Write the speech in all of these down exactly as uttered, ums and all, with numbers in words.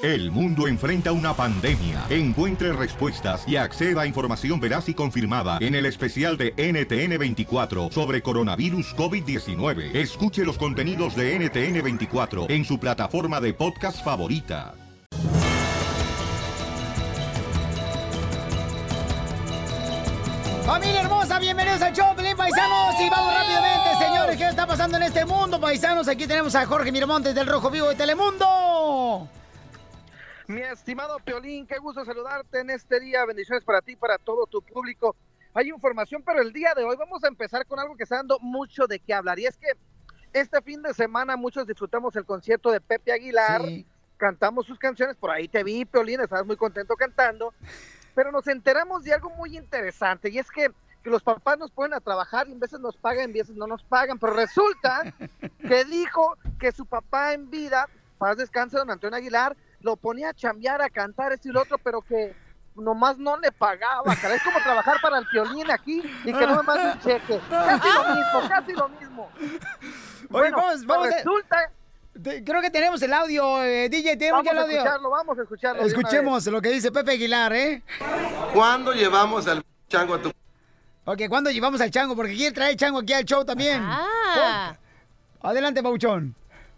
El mundo enfrenta una pandemia. Encuentre respuestas y acceda a información veraz y confirmada en el especial de N T N veinticuatro sobre coronavirus COVID diecinueve. Escuche los contenidos de N T N veinticuatro en su plataforma de podcast favorita. Familia hermosa, bienvenidos al show, Pelín, paisanos. Y vamos rápidamente, señores, ¿qué está pasando en este mundo, paisanos? Aquí tenemos a Jorge Miramontes del Rojo Vivo de Telemundo. Mi estimado Piolín, qué gusto saludarte en este día. Bendiciones para ti, para todo tu público. Hay información, pero el día de hoy vamos a empezar con algo que está dando mucho de qué hablar. Y es que este fin de semana muchos disfrutamos el concierto de Pepe Aguilar. Sí. Cantamos sus canciones, por ahí te vi, Piolín, estabas muy contento cantando. Pero nos enteramos de algo muy interesante, y es que, que los papás nos ponen a trabajar y en veces nos pagan y en veces no nos pagan, pero resulta que dijo que su papá en vida, paz descanse don Antonio Aguilar, lo ponía a chambear, a cantar esto y lo otro, pero que nomás no le pagaba, cara. Es como trabajar para el Piolín aquí y que no me mande un cheque. Casi lo mismo, casi lo mismo. Oye, Bueno, vamos, vamos resulta... a... Creo que tenemos el audio, eh, D J, tenemos vamos el audio. Vamos a escucharlo, vamos a escucharlo. Escuchemos lo que dice Pepe Aguilar, ¿eh? ¿Cuándo llevamos al chango a tu...? Ok, ¿cuándo llevamos al chango? Porque quiere traer el chango aquí al show también. Ah. Oh. Adelante, Pauchón.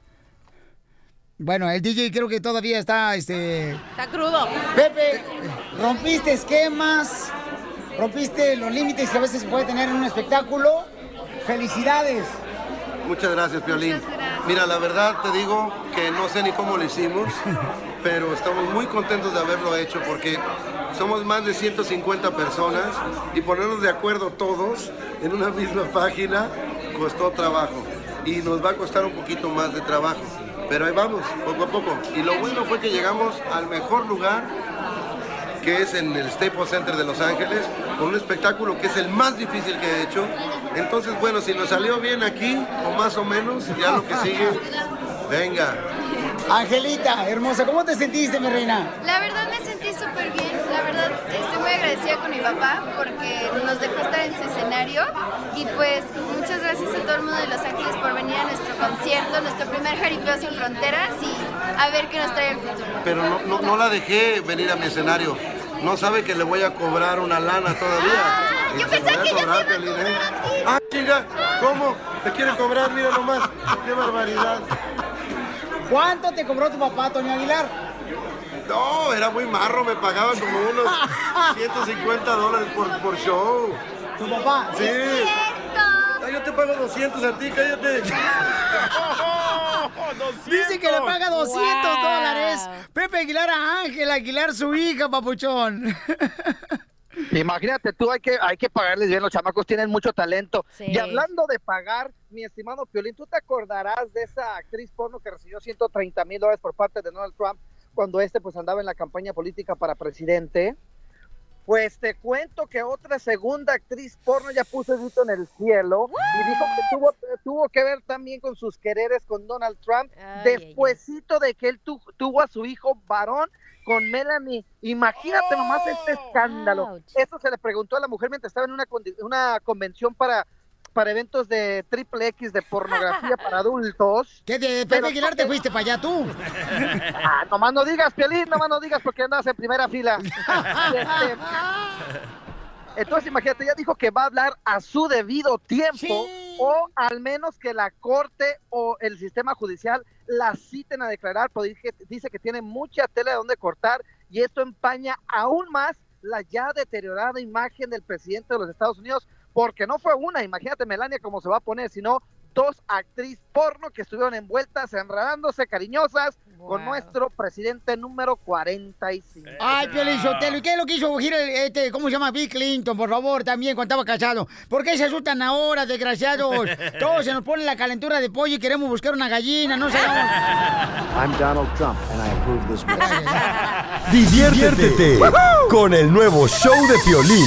Bueno, el D J creo que todavía está, este... Está crudo. Pepe, rompiste esquemas, rompiste los límites que a veces se puede tener en un espectáculo. ¡Felicidades! Muchas gracias, Piolín. Muchas gracias. Mira, la verdad te digo que no sé ni cómo lo hicimos, pero estamos muy contentos de haberlo hecho porque somos más de ciento cincuenta personas y ponernos de acuerdo todos en una misma página costó trabajo y nos va a costar un poquito más de trabajo, pero ahí vamos, poco a poco. Y lo bueno fue que llegamos al mejor lugar, que es en el Staples Center de Los Ángeles, con un espectáculo que es el más difícil que he hecho. Entonces, bueno, si nos salió bien aquí, o más o menos, ya lo que sigue, venga. Angelita, hermosa, ¿cómo te sentiste, mi reina? La verdad me sentí súper bien, la verdad estoy muy agradecida con mi papá porque nos dejó estar en su escenario y pues muchas gracias a todo el mundo de Los Ángeles por venir a nuestro concierto, nuestro primer Jaripeo Sin Fronteras y a ver qué nos trae el futuro. Pero no, no, no la dejé venir a mi escenario, no sabe que le voy a cobrar una lana todavía. Ah, yo pensé que ya te iba a cobrar a ti. Ah, chinga, ¿cómo? ¿Te quieren cobrar? Mira nomás, qué barbaridad. ¿Cuánto te cobró tu papá, Toño Aguilar? No, era muy marro, me pagaba como unos ciento cincuenta dólares por, por show. ¿Tu papá? Sí. Ah, yo te pago doscientos a ti, cállate. Dice que le paga doscientos dólares. Pepe Aguilar a Ángela Aguilar, su hija, papuchón. Imagínate tú, hay que, hay que pagarles bien, los chamacos tienen mucho talento. Sí. Y hablando de pagar, mi estimado Piolín, ¿tú te acordarás de esa actriz porno que recibió ciento treinta mil dólares por parte de Donald Trump cuando este pues andaba en la campaña política para presidente? Pues te cuento que otra segunda actriz porno ya puso el grito en el cielo. ¿What? Y dijo que tuvo, tuvo que ver también con sus quereres con Donald Trump, ay, despuesito ay, ay. de que él tu, tuvo a su hijo varón con Melanie. Imagínate oh, nomás este escándalo. Ouch. Eso se le preguntó a la mujer mientras estaba en una, una convención para, para eventos de triple X de pornografía para adultos. ¿Qué de Pepe Aguilar te fuiste para allá tú? Ah, nomás no digas, Piolín, nomás no digas porque andas en primera fila. este, entonces imagínate, ella dijo que va a hablar a su debido tiempo, sí, o al menos que la corte o el sistema judicial la citen a declarar, porque dice que tiene mucha tela de donde cortar y esto empaña aún más la ya deteriorada imagen del presidente de los Estados Unidos, porque no fue una, imagínate Melania cómo se va a poner, sino dos actrices porno que estuvieron envueltas, enredándose, cariñosas, wow, con nuestro presidente número cuarenta y cinco. Ay, Piolín Sotelo, ¿y qué es lo que hizo este, cómo se llama, Bill Clinton, por favor, también, cuando estaba casado? ¿Por qué se asustan ahora, desgraciados? Todos se nos pone la calentura de pollo y queremos buscar una gallina, no sabemos. I'm Donald Trump, and I approve this message. Diviértete uh-huh. con el nuevo show de Piolín.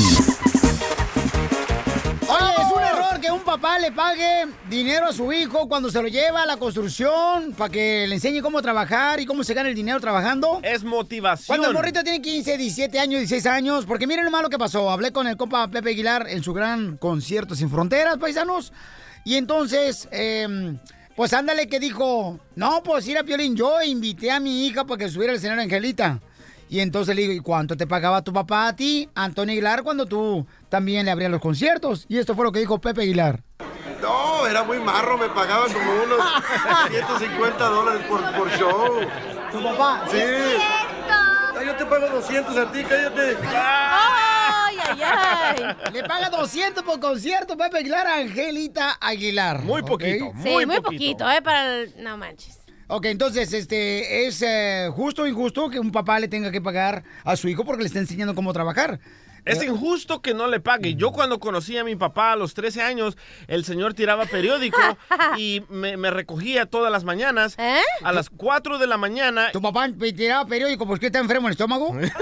Oye, es un error que un papá le pague dinero a su hijo cuando se lo lleva a la construcción para que le enseñe cómo trabajar y cómo se gana el dinero trabajando. Es motivación. Cuando el morrito tiene quince, diecisiete años, dieciséis años, porque miren nomás lo que pasó. Hablé con el compa Pepe Aguilar en su gran concierto Sin Fronteras, paisanos. Y entonces, eh, Pues ándale que dijo, no, pues ir a Piolín, yo invité a mi hija para que subiera al escenario Angelita. Y entonces le digo, ¿y cuánto te pagaba tu papá a ti, Antonio Aguilar, cuando tú también le abrías los conciertos? Y esto fue lo que dijo Pepe Aguilar. No, era muy marro, me pagaban como unos ciento cincuenta dólares por, por show. ¿Tu papá? Sí. Ay, yo te pago doscientos a ti, cállate. ¡Ay, ay, ay! Le paga doscientos por concierto Pepe Aguilar a Angelita Aguilar. Muy poquito, ¿Okay? muy Sí, muy poquito. poquito, ¿eh? Para el... No manches. Ok, entonces, este, ¿es eh, justo o injusto que un papá le tenga que pagar a su hijo porque le está enseñando cómo trabajar? Es injusto que no le pague. Yo cuando conocí a mi papá a los trece años, el señor tiraba periódico y me, me recogía todas las mañanas. ¿Eh? A las cuatro de la mañana. ¿Tu papá tiraba periódico porque está enfermo el estómago? No,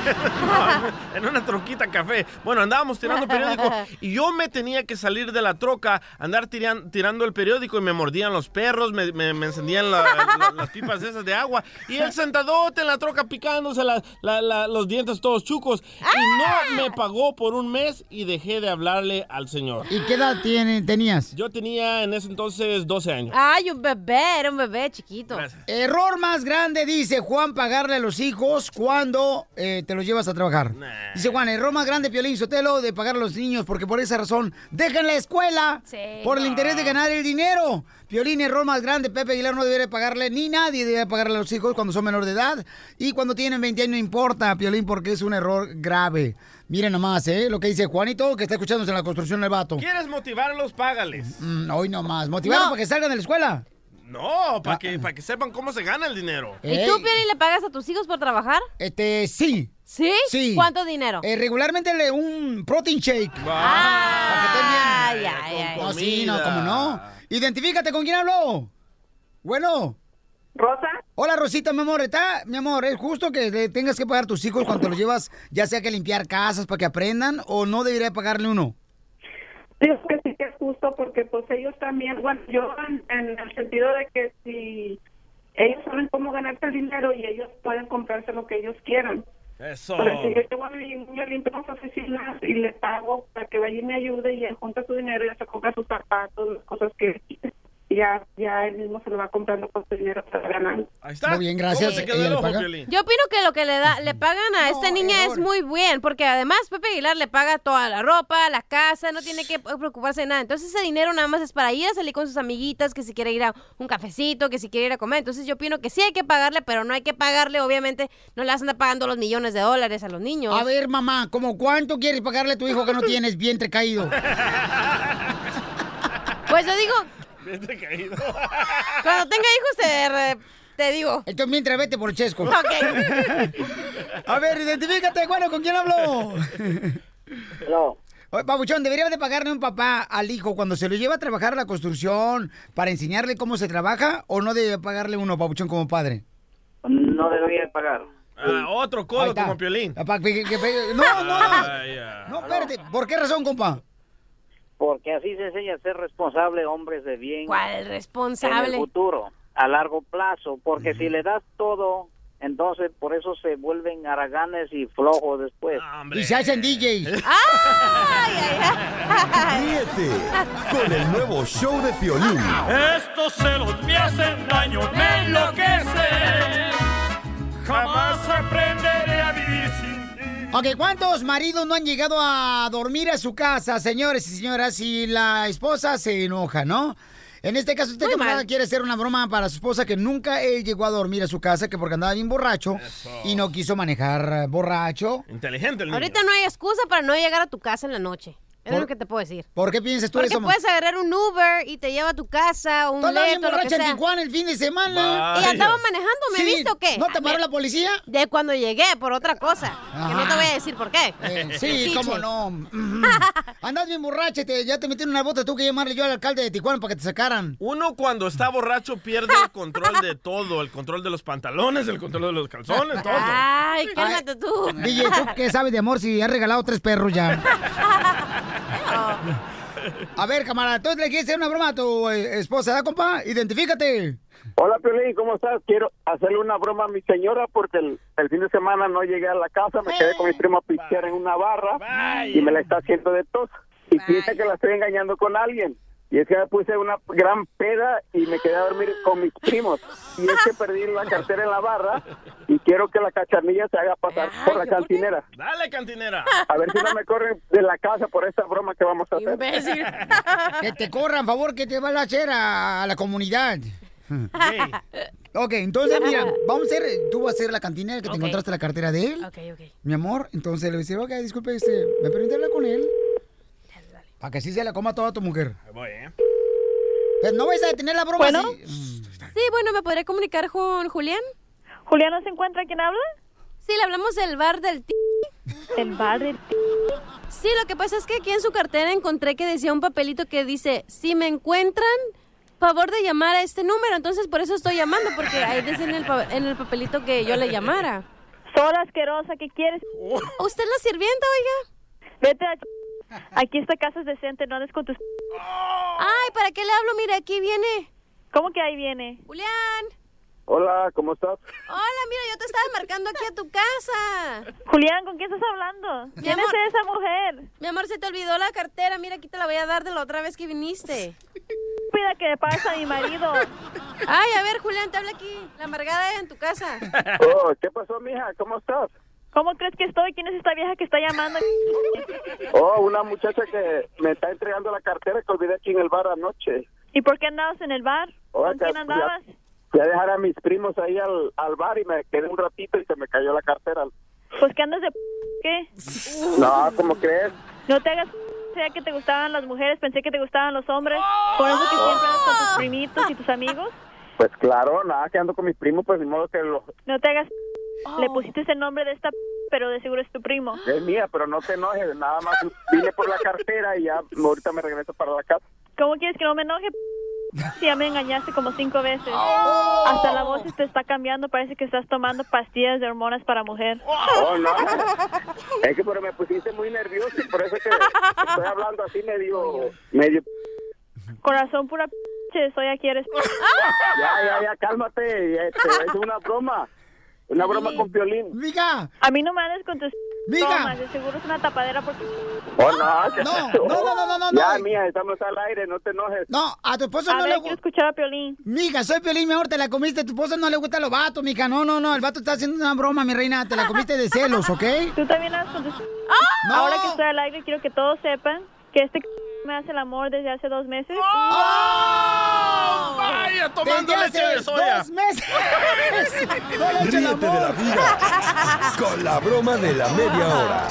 en una troquita café. Bueno, andábamos tirando periódico y yo me tenía que salir de la troca, andar tiran, tirando el periódico y me mordían los perros, me, me, me encendían la, la, las pipas esas de agua y él sentadote en la troca picándose la, la, la, los dientes todos chucos. Y no me pagó por un mes y dejé de hablarle al señor. ¿Y qué edad tiene, tenías? Yo tenía en ese entonces doce años. Ay, un bebé, era un bebé chiquito. Gracias. Error más grande, dice Juan, pagarle a los hijos cuando eh, te los llevas a trabajar. Nah. Dice Juan, error más grande, Piolín Sotelo, de pagar a los niños, porque por esa razón dejan la escuela Sí. por el interés de ganar el dinero. Piolín, error más grande, Pepe Aguilar no debería pagarle, ni nadie debería pagarle a los hijos cuando son menor de edad. Y cuando tienen veinte años no importa, Piolín, porque es un error grave. Miren nomás, ¿eh? Lo que dice Juanito, que está escuchándose en la construcción del vato. ¿Quieres motivarlos? Págales. Mm, hoy nomás. ¿Motivarlos No. para que salgan de la escuela? No, para que, para que sepan cómo se gana el dinero. ¿Y Ey, tú, Piolín, le pagas a tus hijos por trabajar? Este, sí. ¿Sí? Sí. ¿Cuánto dinero? Eh, regularmente le un protein shake. Ah, Para que estén bien. ay, ay, ay. No, sí, no, cómo no. Identifícate, ¿con quién hablo? Bueno. Rosa. Hola, Rosita, mi amor. ¿Está, mi amor, es justo que le tengas que pagar a tus hijos cuando te los llevas, ya sea que limpiar casas para que aprendan, o no debería pagarle uno? Digo que sí que es justo porque pues ellos también, bueno, yo en, en el sentido de que si ellos saben cómo ganarse el dinero y ellos pueden comprarse lo que ellos quieran. Eso. Pero si yo llevo a mi niño, le limpio las oficinas y le pago para que vaya y me ayude y él junta su dinero y ya se compra sus zapatos, las cosas que ya ya él mismo se lo va comprando con su dinero para ganar. Ahí está. Muy bien, gracias. ¿Cómo se quedó Ella el le ojo, paga. Piolín? Yo opino que lo que le da, le pagan a No, esta niña error. es muy bien, porque además Pepe Aguilar le paga toda la ropa, la casa, no tiene que preocuparse de nada. Entonces ese dinero nada más es para ir a salir con sus amiguitas, que si quiere ir a un cafecito, que si quiere ir a comer. Entonces yo opino que sí hay que pagarle, pero no hay que pagarle, obviamente, no le vas a andar pagando los millones de dólares a los niños. A ver, mamá, ¿cómo cuánto quieres pagarle a tu hijo que no tienes vientre caído? Pues yo digo, Vete caído. cuando tenga hijos te, re- te digo. Entonces, mientras vete por Chesco. Ok. A ver, identifícate, bueno, ¿con quién hablo? No, Oye, Pabuchón, ¿debería de pagarle un papá al hijo cuando se lo lleva a trabajar a la construcción para enseñarle cómo se trabaja o no debe pagarle uno, Pabuchón, como padre? no debería pagar. Ah, otro Ahí codo está. como Piolín. Papá, que- que- que- No, no, no. Ah, ya. No, espérate. ¿Por qué razón, compa? Porque así se enseña a ser responsable, hombres de bien ¿Cuál en el responsable? futuro, a largo plazo. Porque si le das todo, entonces por eso se vuelven haraganes y flojos después. No, hombre. Y se hacen D Js. ¡Ay, ay, ay! Ríete con el nuevo show de Piolín. Estos celos me hacen daño, me enloquecen. Jamás aprenderé a vivir sin ti. Ok, ¿cuántos maridos no han llegado a dormir a su casa, señores y señoras, y la esposa se enoja, ¿no? En este caso, usted Muy camarada mal. quiere hacer una broma para su esposa que nunca él llegó a dormir a su casa, que porque andaba bien borracho Eso. y no quiso manejar eh, borracho. Inteligente el niño. Ahorita no hay excusa para no llegar a tu casa en la noche. Es ¿Por- lo que te puedo decir. ¿Por qué piensas tú Porque eso, ma? puedes agarrar un Uber y te lleva a tu casa, un Tú andabas bien leto, lo que borracha en sea. Tijuana el fin de semana. Va. Y Vaya. andaba manejando, ¿me Sí, viste o qué? ¿No te paró la policía? De cuando llegué, por otra cosa. Que no te voy a decir por qué. Eh, sí, Metiche. cómo no. Ujú. Andas bien borracha, te- ya te metieron una bota, tú que llamarle yo al alcalde de Tijuana para que te sacaran. Uno cuando está borracho pierde el control de todo, el control de los pantalones, el control de los calzones, todo. Ay, cálmate tú. D J, ¿tú qué sabes de amor si has regalado tres perros ya? A ver, camarada, ¿tú le quieres hacer una broma a tu eh, esposa, ¿da, compa? Identifícate. Hola, Piolín, ¿cómo estás? Quiero hacerle una broma a mi señora porque el, el fin de semana no llegué a la casa, me quedé con mi primo a pistear en una barra Vaya. y me la está haciendo de tos. Y piensa que la estoy engañando con alguien. Y es que me puse una gran peda y me quedé a dormir con mis primos. Y es que perdí la cartera en la barra y quiero que la cachanilla se haga pasar Ay, por la ¿por cantinera. Dale, cantinera. A ver si no me corren de la casa por esta broma que vamos a hacer. Imbécil. Que te corran, favor, que te van a hacer a, a la comunidad. Ok, entonces, mira, vamos a hacer, tú vas a ser la cantinera que te Ok. encontraste la cartera de él. Ok, ok. Mi amor, entonces le voy a decir, ok, disculpe, este, ¿me permite hablar con él? Para que así se la coma toda tu mujer. Ahí voy, ¿eh? Pues no vais a detener la broma. ¿Bueno? así. Sí, bueno, ¿me podré comunicar con Julián? ¿Julián no se encuentra? ¿Quién habla? Sí, le hablamos del bar del t... ¿El bar del t...? Sí, lo que pasa es que aquí en su cartera encontré que decía un papelito que dice, si me encuentran, favor de llamar a este número. Entonces, por eso estoy llamando, porque ahí dice en el, pa- en el papelito que yo le llamara. Sola asquerosa, ¿qué quieres? ¿Usted es la sirvienta, oiga? Vete a... Aquí esta casa es decente, no andes con tus... Ay, ¿para qué le hablo? Mira, aquí viene. ¿Cómo que ahí viene? Julián. Hola, ¿cómo estás? Hola, mira, yo te estaba marcando aquí a tu casa. Julián, ¿con quién estás hablando? Mi ¿Quién amor. es esa mujer? Mi amor, se te olvidó la cartera. Mira, aquí te la voy a dar de la otra vez que viniste. Cuida que le pasa a mi marido. Ay, a ver, Julián, te habla aquí. La amargada en tu casa. Oh, ¿qué pasó, mija? ¿Cómo estás? ¿Cómo crees que estoy? ¿Quién es esta vieja que está llamando? Oh, una muchacha que me está entregando la cartera que olvidé aquí en el bar anoche. ¿Y por qué andabas en el bar? Oiga, ¿Con quién fui a- andabas? Fui a dejar a mis primos ahí al, al bar y me quedé un ratito y se me cayó la cartera. Pues que andas de... p- ¿Qué? No, ¿cómo crees? No te hagas... Sea que te gustaban las mujeres, pensé que te gustaban los hombres. Por eso que siempre andas con tus primitos y tus amigos. Pues claro, nada, que ando con mis primos, pues de modo que lo, No te hagas... Le pusiste el nombre de esta... p- pero de seguro es tu primo. es mía, pero no te enojes, nada más vine por la cartera y ya ahorita me regreso para la casa. ¿Cómo quieres que no me enoje? p-? Si ya me engañaste como cinco veces. Hasta la voz te está cambiando, parece que estás tomando pastillas de hormonas para mujer. Oh, no, es que pero me pusiste muy nervioso y por eso que estoy hablando así medio, medio... Corazón pura p... soy aquí eres... Ya, ya, ya, cálmate, este, es una broma, una broma con Piolín. Miga. A mí no me andes con tus... Miga. bromas, de seguro es una tapadera porque... Oh, no, ¿qué No, es eso? no, no, no, no, Ya, no. mía, estamos al aire, no te enojes. No, a tu esposo A no ver, le quiero gusta. escuchar a Piolín. Mija, soy Piolín, mejor te la comiste. A tu esposo no le gusta los vatos, mija. No, no, no. El vato está haciendo una broma, mi reina. Te la comiste de celos, ¿ok? Tú también andas con tus... No. Ahora que estoy al aire, quiero que todos sepan que este c- me hace el amor desde hace dos meses. ¡Oh! ¡Vaya, tomando Desde leche hace de soya! dos meses. No le eches el Ríete de la amor. vida con la broma de la media hora.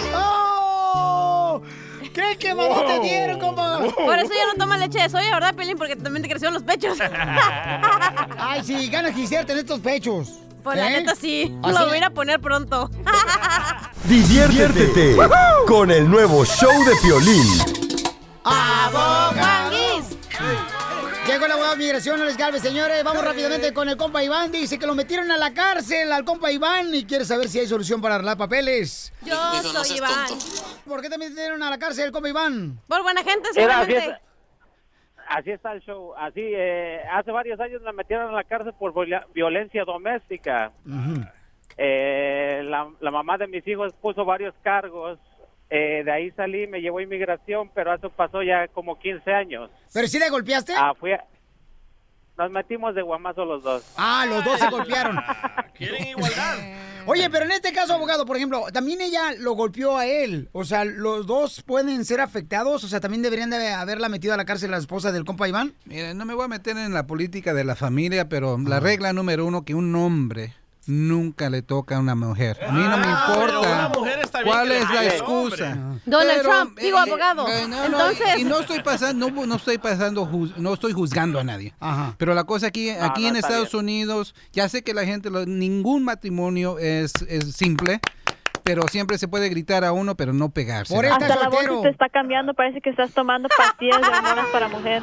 ¡Oh! ¿Qué quemado te dieron, compa? Por eso ya no tomas leche de soya, ¿verdad, Pelín? Porque también te crecieron los pechos. Ay, sí, ganas quisiera tener estos pechos. Pues la ¿Eh? neta sí. ¿Así? Lo voy a ir a poner pronto. Diviértete con el nuevo show de Piolín. ¡Aboganguis! Llegó la abogado de migración, Alex Galvez, señores. Vamos rápidamente con el compa Iván. Dice que lo metieron a la cárcel al compa Iván y quiere saber si hay solución para arreglar papeles. Yo soy Iván. ¿Por qué te metieron a la cárcel, compa Iván? Por buena gente, Era, así, seguramente. es, así está el show. Así, eh, hace varios años me metieron a la cárcel por viola- violencia doméstica. Eh, la, la mamá de mis hijos puso varios cargos. Eh, de ahí salí, me llevó a inmigración, pero eso pasó ya como quince años. ¿Pero sí le golpeaste? Ah, fui a- Nos metimos de guamazo los dos. Ah, los dos se golpearon. ¿Quieren igualdad? Oye, pero en este caso, abogado, por ejemplo, también ella lo golpeó a él. O sea, ¿los dos pueden ser afectados? O sea, ¿también deberían de haberla metido a la cárcel la esposa del compa Iván? Mira, no me voy a meter en la política de la familia, pero la regla número uno, que un hombre nunca le toca a una mujer. A mí no me Ah, pero importa una mujer está bien cuál que le es la pegue, excusa. hombre. Donald Pero, Trump, digo eh, abogado. eh, no, no, Entonces... y no estoy pasando, no, no estoy pasando, juz- no estoy juzgando a nadie. Ajá. Pero la cosa aquí, No, aquí no, en está Estados bien. Unidos, ya sé que la gente, lo- ningún matrimonio es, es simple, pero siempre se puede gritar a uno, pero no pegarse. Por ¿no? esta Hasta la voz soltero. te está cambiando, parece que estás tomando pastillas de hormonas para mujer.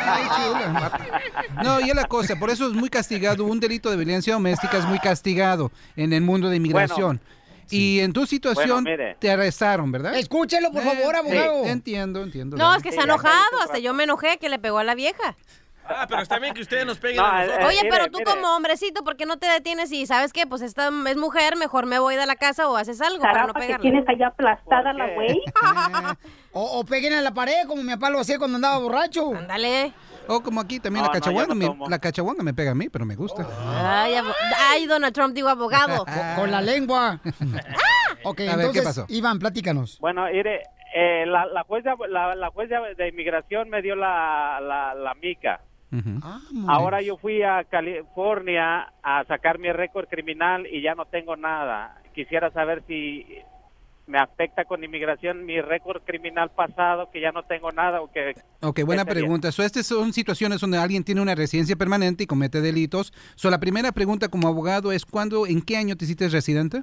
No, y es la cosa, por eso es muy castigado, un delito de violencia doméstica es muy castigado en el mundo de inmigración. Y en tu situación Bueno, mire. te arrestaron, ¿verdad? Escúchelo, por Eh, favor, abogado. sí, entiendo, entiendo. No, es que Sí, está acá hay enojado. otro Hasta yo me enojé que le pegó a la vieja. Ah, pero está bien que ustedes nos peguen No, a nosotros. eh, Oye, mire, pero tú mire. como hombrecito, ¿por qué no te detienes y sabes qué? Pues esta es mujer, mejor me voy de la casa o haces algo para no Zarapa, que pegarle. tienes allá aplastada la güey. O, o peguen a la pared, como mi papá lo hacía cuando andaba borracho. Ándale. O como aquí también No, la no, cachahuanga. yo no me- tomo. la cachahuanga me pega a mí, pero me gusta. Ay, abo- ay, Donald Trump, digo abogado. Con, con la lengua. Ok, A ver, entonces, ¿qué pasó? Iván, platícanos. Bueno, mire, eh, la, la juez, de, la, la juez de, de inmigración me dio la, la, la mica. Ujú. Ah, muy Ahora bien. yo fui a California a sacar mi récord criminal y ya no tengo nada. Quisiera saber si me afecta con inmigración mi récord criminal pasado, que ya no tengo nada o que... Ok, buena ¿qué sería? pregunta. So, estas son situaciones donde alguien tiene una residencia permanente y comete delitos. So, la primera pregunta como abogado es, ¿cuándo, en qué año te hiciste residente?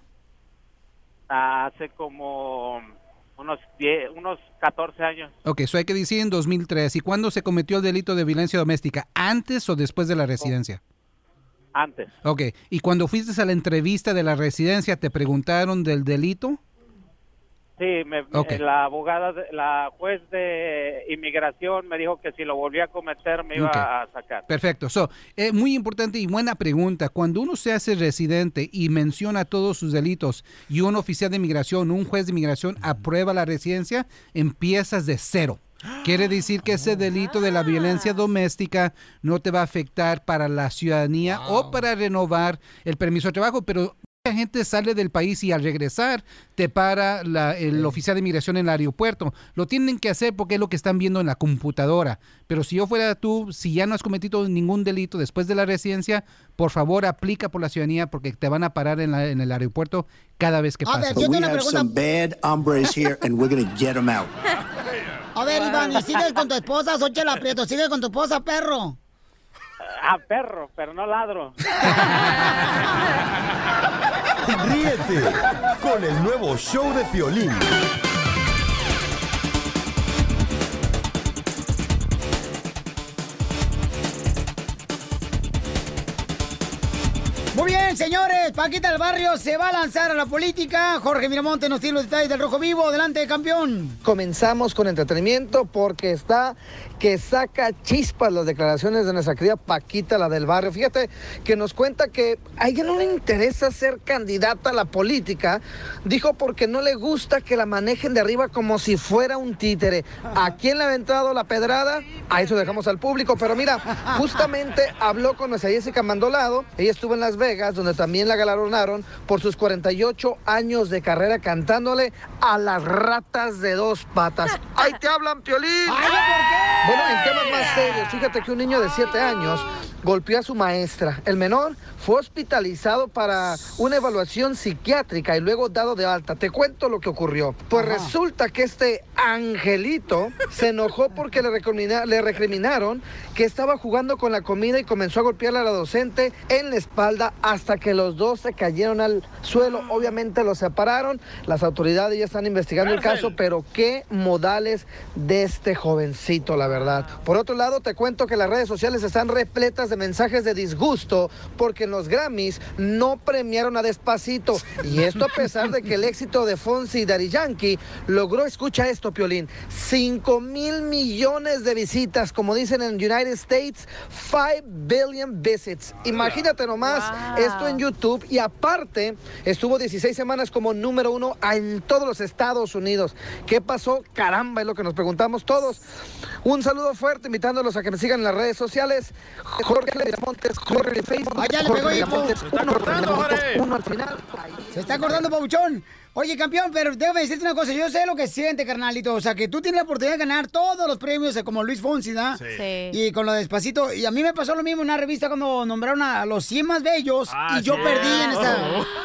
Hace como unos diez, unos catorce años. Ok, eso hay que decir en dos mil tres. ¿Y cuándo se cometió el delito de violencia doméstica? ¿Antes o después de la residencia? Antes. Ok, ¿y cuando fuiste a la entrevista de la residencia te preguntaron del delito? Sí, me, me- Ok. la abogada, de- la juez de inmigración me dijo que si lo volvía a cometer me iba Ok. a sacar. Perfecto. So, eh, muy importante y buena pregunta. Cuando uno se hace residente y menciona todos sus delitos y un oficial de inmigración, un juez de inmigración aprueba la residencia, empiezas de cero. Quiere decir que ese delito de la violencia doméstica no te va a afectar para la ciudadanía o para renovar el permiso de trabajo, pero mucha gente sale del país y al regresar te para la- el oficial de inmigración en el aeropuerto. Lo tienen que hacer porque es lo que están viendo en la computadora. Pero si yo fuera tú, si ya no has cometido ningún delito después de la residencia, por favor aplica por la ciudadanía porque te van a parar en, la- en el aeropuerto cada vez que A ver, pases. yo But tengo we una have pregunta. some bad hombres here, and we're gonna get them out. A ver, Iván, ¿y sigues con tu esposa, Xochitl Prieto? ¿Sigues con tu esposa, perro? Ah, perro, pero no ladro. Ríete con el nuevo show de Piolín. Muy bien, señores. Paquita del Barrio se va a lanzar a la política. Jorge Miramonte nos tiene los detalles del Rojo Vivo. Adelante, campeón. Comenzamos con entretenimiento porque está que saca chispas las declaraciones de nuestra querida Paquita, la del Barrio. Fíjate que nos cuenta que a ella no le interesa ser candidata a la política. Dijo porque no le gusta que la manejen de arriba como si fuera un títere. ¿A quién le ha aventado la pedrada? A eso dejamos al público. Pero mira, justamente habló con nuestra Jessica Mandolado. Ella estuvo en Las Vegas, donde también la galardonaron por sus cuarenta y ocho años de carrera cantándole a las ratas de dos patas. ¡Ay, te hablan, Piolín! Bueno, en temas más serios, fíjate que un niño de siete años golpeó a su maestra. El menor fue hospitalizado para una evaluación psiquiátrica y luego dado de alta. Te cuento lo que ocurrió. Pues resulta que este angelito se enojó porque le, recrimina- le recriminaron que estaba jugando con la comida y comenzó a golpearle a la docente en la espalda hasta que los dos se cayeron al suelo. Obviamente los separaron. Las autoridades ya están investigando el caso, pero qué modales de este jovencito, la verdad. Por otro lado, te cuento que las redes sociales están repletas de mensajes de disgusto porque en los Grammys no premiaron a Despacito. Y esto a pesar de que el éxito de Fonsi y Daddy Yankee logró, escucha esto, Piolín, cinco mil millones de visitas, como dicen en United States, five billion visits. Imagínate nomás Wow. esto en YouTube, y aparte estuvo dieciséis semanas como número uno en todos los Estados Unidos. ¿Qué pasó? Caramba, es lo que nos preguntamos todos. Un saludo fuerte, invitándolos a que me sigan en las redes sociales. Jorge Miramontes, Jorge en Facebook. Ah, ya le Jorge pegó, hijo. Miramontes, Se está uno, cortando, Miramontes, Jorge. uno al final. Se está acordando, Pabuchón. Oye, campeón, pero déjame decirte una cosa. Yo sé lo que siente, carnalito. O sea, que tú tienes la oportunidad de ganar todos los premios, eh, como Luis Fonsi, ¿da? Sí. Sí. Y con lo de Despacito. Y a mí me pasó lo mismo en una revista cuando nombraron a los cien más bellos. Ah, y yo sí. perdí en esta...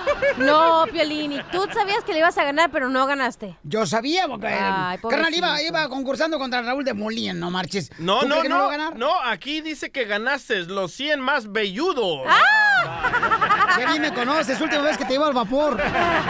No, Piolín, y tú sabías que le ibas a ganar, pero no ganaste. Yo sabía, porque... Ay, carnal, iba, pobrecito. iba concursando contra Raúl de Molina, no marches. No, ¿Tú no, crees que no, lo va a ganar? no, aquí dice que ganaste los cien más velludos. Ya ni me conoces, última vez que te iba al vapor.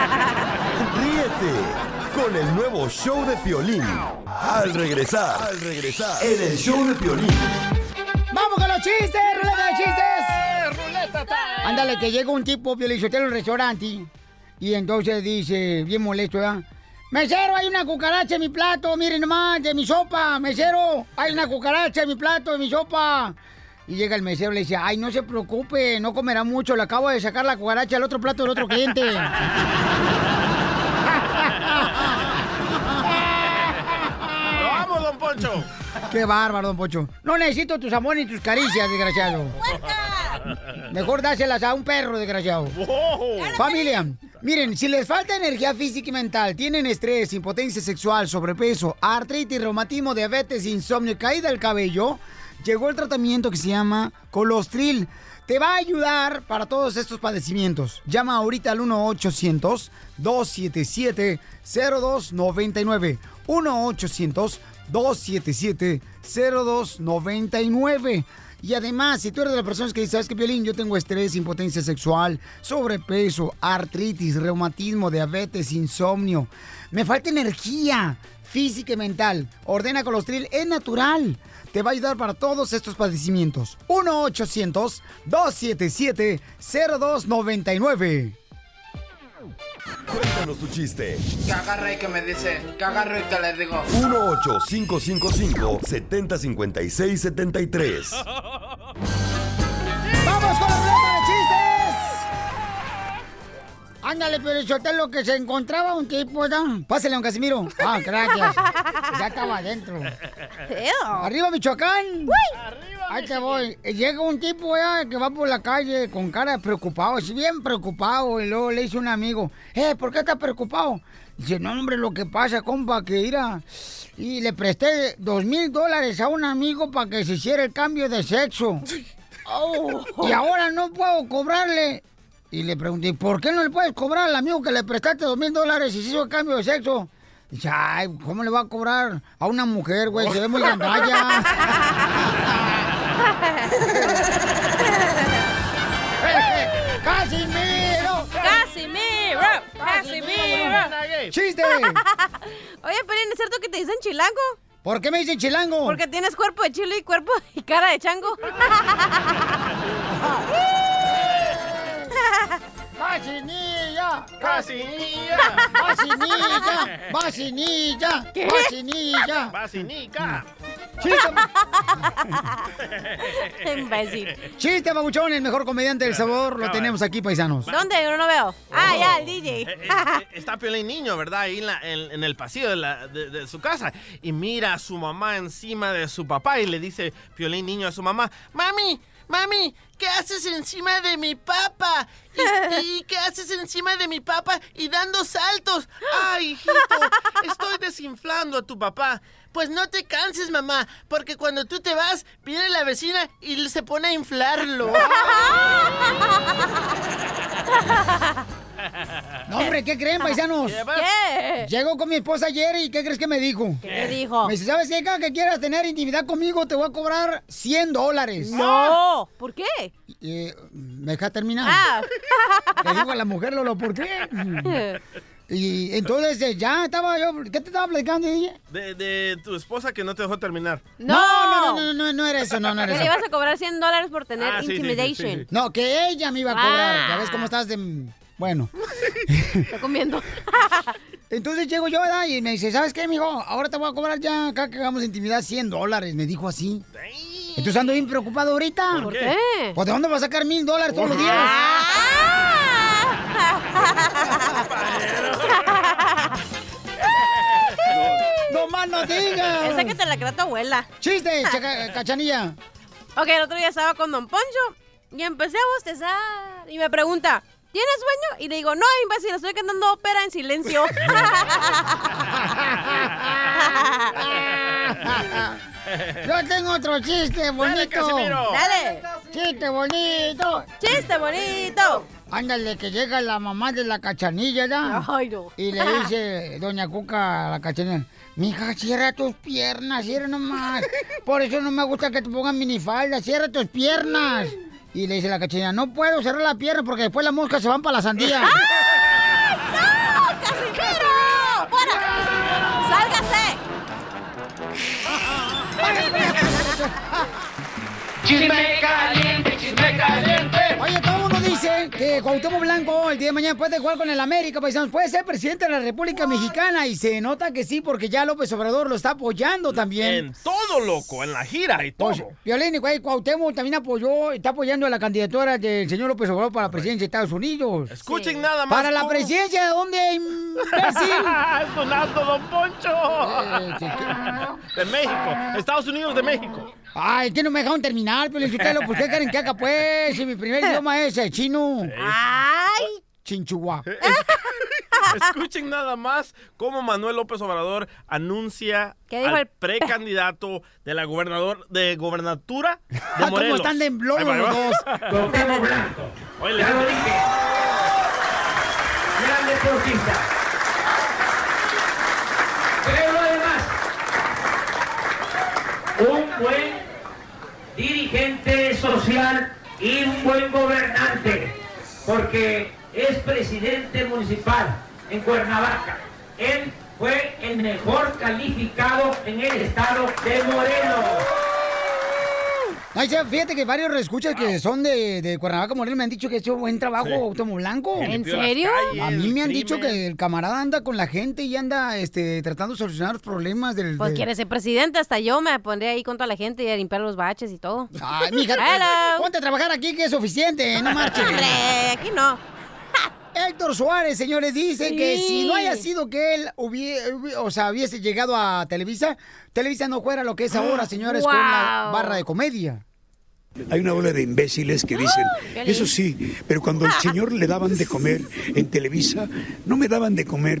Ríete con el nuevo show de Piolín. Al regresar, al regresar, en el show de Piolín. ¡Vamos con los chistes! ¡Ruleta de chistes! ¡Ruleta time! Ándale, que llega un tipo, Piolichotelo, al restaurante. Y entonces dice, bien molesto, ¿verdad? Mesero, hay una cucaracha en mi plato, miren nomás, de mi sopa. Mesero, hay una cucaracha en mi plato, de mi sopa. Y llega el mesero y le dice, ay, no se preocupe, no comerá mucho, le acabo de sacar la cucaracha al otro plato del otro cliente. ¡Lo amo, don Poncho! Qué bárbaro, don Poncho. No necesito tus amores ni tus caricias, desgraciado. Mejor dáselas a un perro, desgraciado. Wow. Familia, miren, si les falta energía física y mental, tienen estrés, impotencia sexual, sobrepeso, artritis, reumatismo, diabetes, insomnio, caída del cabello, llegó el tratamiento que se llama Colostril. Te va a ayudar para todos estos padecimientos. Llama ahorita al uno ochocientos, dos setenta y siete, cero dos noventa y nueve. uno ochocientos, dos setenta y siete, cero dos noventa y nueve. Y además, si tú eres de las personas que dicen, ¿sabes qué, Piolín? Yo tengo estrés, impotencia sexual, sobrepeso, artritis, reumatismo, diabetes, insomnio. Me falta energía física y mental. Ordena Colostril, es natural. Te va a ayudar para todos estos padecimientos. uno ochocientos, dos setenta y siete, cero dos noventa y nueve. Cuéntanos tu chiste. Que agarra y que me dice, que agarro y que le digo. uno ocho cinco cinco cinco, siete cero cinco seis, siete tres. ¡Vamos con la pelota de chistes! Ándale, pero yo lo que se encontraba un tipo, ¿no? Pásale, don Casimiro. Ah, gracias. Ya estaba adentro. ¡Arriba, Michoacán! ¡Arriba, Ahí te voy. Llega un tipo ya que va por la calle con cara de preocupado, sí, bien preocupado. Y luego le dice un amigo, eh, ¿por qué estás preocupado? Dice, no, hombre, lo que pasa, compa, que irá. Y le presté dos mil dólares a un amigo para que se hiciera el cambio de sexo. Oh. Y ahora no puedo cobrarle. Y le pregunté, ¿por qué no le puedes cobrar al amigo que le prestaste dos mil dólares y se hizo el cambio de sexo? Dice, ay, ¿cómo le va a cobrar a una mujer, güey? Se ve muy gandalla. ¡Casimiro! ¡Casimiro! ¡Casimiro! ¡Chiste! Oye, Pelín, ¿es cierto que te dicen chilango? ¿Por qué me dicen chilango? Porque tienes cuerpo de chile y cuerpo y cara de chango. ¡Vacinilla! ¡Vacinilla! ¡Vacinilla! ¡Vacinilla! ¿Qué? ¡Vacinilla! ¡Vacinica! ¡Chiste! Imbécil. ¡Chiste, babuchón! El mejor comediante del sabor lo tenemos aquí, paisanos. ¿Dónde? Yo no veo. Ah, ya, el D J. Eh, eh, está Piolín Niño, ¿verdad? Ahí en, la- en- en el pasillo de, la- de- de su casa. Y mira a su mamá encima de su papá y le dice Piolín Niño a su mamá, ¡Mami! ¡Mami! ¿Qué haces encima de mi papa? ¿Y, y qué haces encima de mi papa y dando saltos? ¡Ay, hijito! Estoy desinflando a tu papá. Pues no te canses, mamá, porque cuando tú te vas, viene la vecina y se pone a inflarlo. No, hombre, ¿qué creen, paisanos? ¿Qué? Llego con mi esposa ayer y ¿qué crees que me dijo? ¿Qué dijo? Me dice, ¿sabes qué? Cada que quieras tener intimidad conmigo te voy a cobrar cien dólares. No, ¿por qué? Eh, ¿Me deja terminar? Ah. Le digo a la mujer, Lolo, ¿por qué? Y entonces eh, ya estaba yo, ¿qué te estaba platicando, D J? De, de tu esposa que no te dejó terminar. No, no, no, no, no, no era eso, no, no era Que eso. le ibas a cobrar cien dólares por tener Ah, sí, sí, sí, intimidation. sí, sí. No, que ella me iba a cobrar. Ah. Ya ves cómo estás de... Bueno. Está comiendo. Entonces llego yo, ¿verdad? Y me dice, ¿sabes qué, mijo? Ahora te voy a cobrar ya, acá que hagamos intimidad, cien dólares. Me dijo así. Entonces ando bien preocupado ahorita. ¿Por qué? Pues ¿de dónde va a sacar mil dólares todos los días? No, no más no digas. Esa que te la crea tu abuela. Chiste, chaca- cachanilla. Ok, el otro día estaba con Don Poncho y empecé a bostezar. Y me pregunta, ¿tienes sueño? Y le digo, no, imbécil, estoy cantando ópera en silencio. Yo tengo otro chiste bonito. Casimiro. Dale. Chiste bonito. Chiste bonito. Ándale, que llega la mamá de la cachanilla, ¿ya? Ay, no. Y le dice doña Cuca a la cachanilla, mija, cierra tus piernas, cierra nomás. Por eso no me gusta que te pongan minifalda, cierra tus piernas. Y le dice la cachanilla, no puedo cerrar la pierna porque después las moscas se van para la sandía. ¡No, Casimiro! ¡Fuera! ¡Sálgase! Chisme caliente, chisme caliente. Oye, todo uno dice dice que Cuauhtémoc Blanco el día de mañana puede jugar con el América, paisanos, puede ser presidente de la República Mexicana y se nota que sí porque ya López Obrador lo está apoyando también. En todo, loco, en la gira y todo. Pues, Violín, y güey, Cuauhtémoc también apoyó, está apoyando a la candidatura del señor López Obrador para la presidencia de Estados Unidos. Escuchen sí. nada más. ¿Para la cómo... presidencia de dónde, imbécil? ¡Sonando, don Poncho! Eh, sí, de México, Estados Unidos de México. Ay, que no me dejaron terminar, pero Sotelo, pues qué quieren que haga, pues, si mi primer idioma es el chino. Ay. Chinchuá. Escuchen nada más cómo Manuel López Obrador anuncia ¿Qué dijo al el precandidato de la gobernador de gobernatura de Morelos. ¿Cómo están de emblón los dos? Cuauhtémoc Blanco. Oye, ya lo dije. Gran deportista. Pero lo demás, un buen dirigente social y un buen gobernante, porque es presidente municipal en Cuernavaca. Él fue el mejor calificado en el estado de Morelos. Ay, fíjate que varios reescuchas que son de, de Cuernavaca, Morelos, me han dicho que ha hecho buen trabajo Sí. Cuauhtémoc Blanco. ¿En serio? calles, A mí me han crimen. dicho que el camarada anda con la gente y anda este, tratando de solucionar los problemas del... Pues de- quiere ser presidente, hasta yo me pondré ahí con toda la gente y a limpiar los baches y todo. Ay, mija, Hello. ponte a trabajar aquí que es suficiente, no marches. Hombre, aquí no. Héctor Suárez, señores, dice Sí. que si no haya sido que él hubiese, o sea, hubiese llegado a Televisa, Televisa no fuera lo que es ahora, señores, con la Wow. barra de comedia. Hay una bola de imbéciles que dicen, Piolín. eso sí, pero cuando al señor le daban de comer en Televisa, no me daban de comer.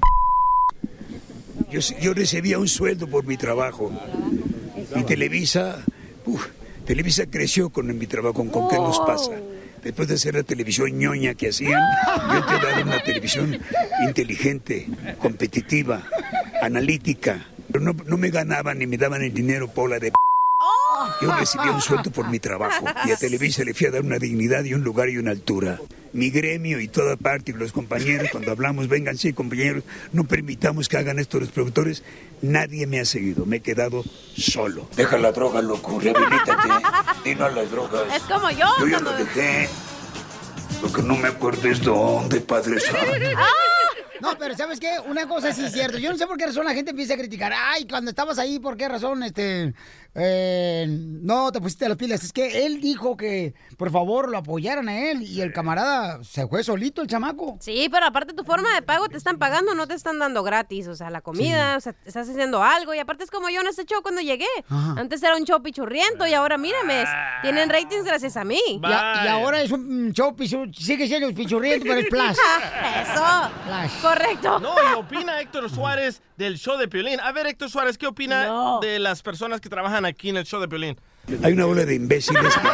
Yo, yo recibía un sueldo por mi trabajo. Y Televisa, uf, Televisa creció con mi trabajo, con, con qué nos pasa. Después de hacer la televisión ñoña que hacían, yo te he dado una televisión inteligente, competitiva, analítica. Pero no, no me ganaban ni me daban el dinero, Paula de... Yo recibía un sueldo por mi trabajo y a Televisa le fui a dar una dignidad y un lugar y una altura. Mi gremio y toda parte, y los compañeros, cuando hablamos, vengan, sí, compañeros, no permitamos que hagan esto los productores. Nadie me ha seguido, me he quedado solo. Deja la droga, loco, rehabilítate, y no a las drogas. Es como yo. Yo ya cuando- lo dejé. Lo que no me acuerdo es dónde, Padre Santo. No, pero ¿sabes qué? Una cosa sí es cierto. Yo no sé por qué razón la gente empieza a criticar. Ay, cuando estabas ahí, ¿por qué razón este eh, no te pusiste las pilas? Es que él dijo que por favor lo apoyaran a él y el camarada se fue solito, el chamaco. Sí, pero aparte tu forma de pago te están pagando, no te están dando gratis. O sea, la comida, o sea, estás haciendo algo. Y aparte es como yo en este show cuando llegué. Ajá. Antes era un show pichurriento y ahora mírame, es- tienen ratings gracias a mí. Y, a- y ahora es un show, pichu- sigue siendo pichurriento, pero es Flash. Eso. Flash. Correcto. No, y opina Héctor Suárez del show de Piolín. A ver, Héctor Suárez, ¿qué opina No. de las personas que trabajan aquí en el show de Piolín? Hay una bola de imbéciles que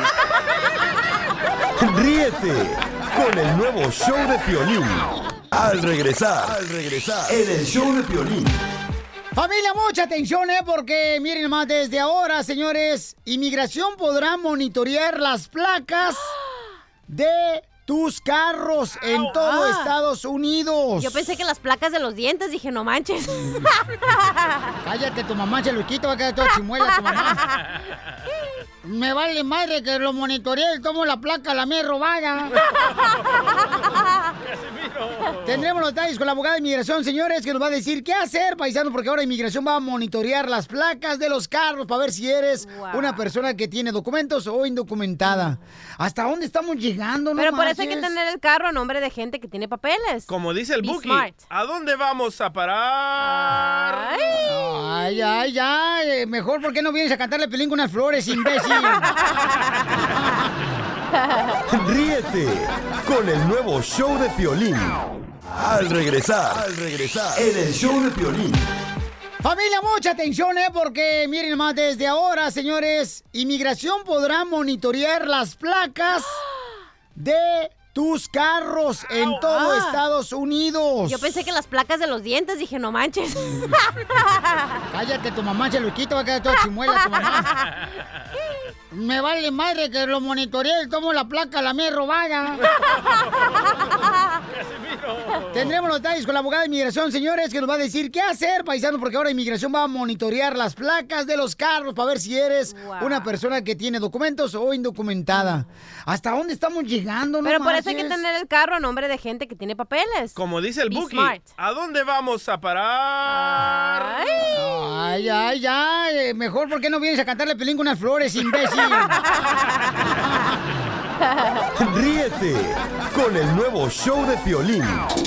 Ríete con el nuevo show de Piolín. Al regresar, al regresar, en el show de Piolín. Familia, mucha atención, ¿eh? Porque miren más, desde ahora, señores, inmigración podrá monitorear las placas de tus carros en todo Ah. Estados Unidos. Yo pensé que las placas de los dientes, dije, no manches. Cállate, tu mamá se lo quita, va a quedar toda chimuela tu mamá. Me vale madre que lo monitoree, tomo la placa, la mía es robada. Tendremos los detalles con la abogada de inmigración, señores, que nos va a decir qué hacer, paisanos, porque ahora inmigración va a monitorear las placas de los carros para ver si eres Wow. una persona que tiene documentos o indocumentada. ¿Hasta dónde estamos llegando? No Pero por eso hay que marches. tener el carro a nombre de gente que tiene papeles. Como dice el Be Buki, smart. ¿a dónde vamos a parar? Ay, ay, ya. eh, Mejor, ¿por qué no vienes a cantarle Pelín con unas flores, imbécil? Ríete con el nuevo show de Piolín. Al regresar, al regresar, en el show de Piolín. Familia, mucha atención, ¿eh? Porque miren más, desde ahora, señores, inmigración podrá monitorear las placas de tus carros en todo Ah. Estados Unidos. Yo pensé que las placas de los dientes, dije, no manches. Cállate, tu mamá se lo quita, va a quedar toda chimuela tu mamá. Me vale madre que lo monitoree, tomo la placa, la mía es robada. Tendremos los detalles con la abogada de inmigración, señores, que nos va a decir qué hacer, paisano, porque ahora inmigración va a monitorear las placas de los carros para ver si eres Wow. una persona que tiene documentos o indocumentada. ¿Hasta dónde estamos llegando? No Pero por eso hay que marches. tener el carro a nombre de gente que tiene papeles. Como dice el Be Buki, smart. ¿a dónde vamos a parar? Ay, ay, ya. eh, Mejor, ¿por qué no vienes a cantarle Pelín con unas flores, imbécil? Ríete con el nuevo show de Piolín.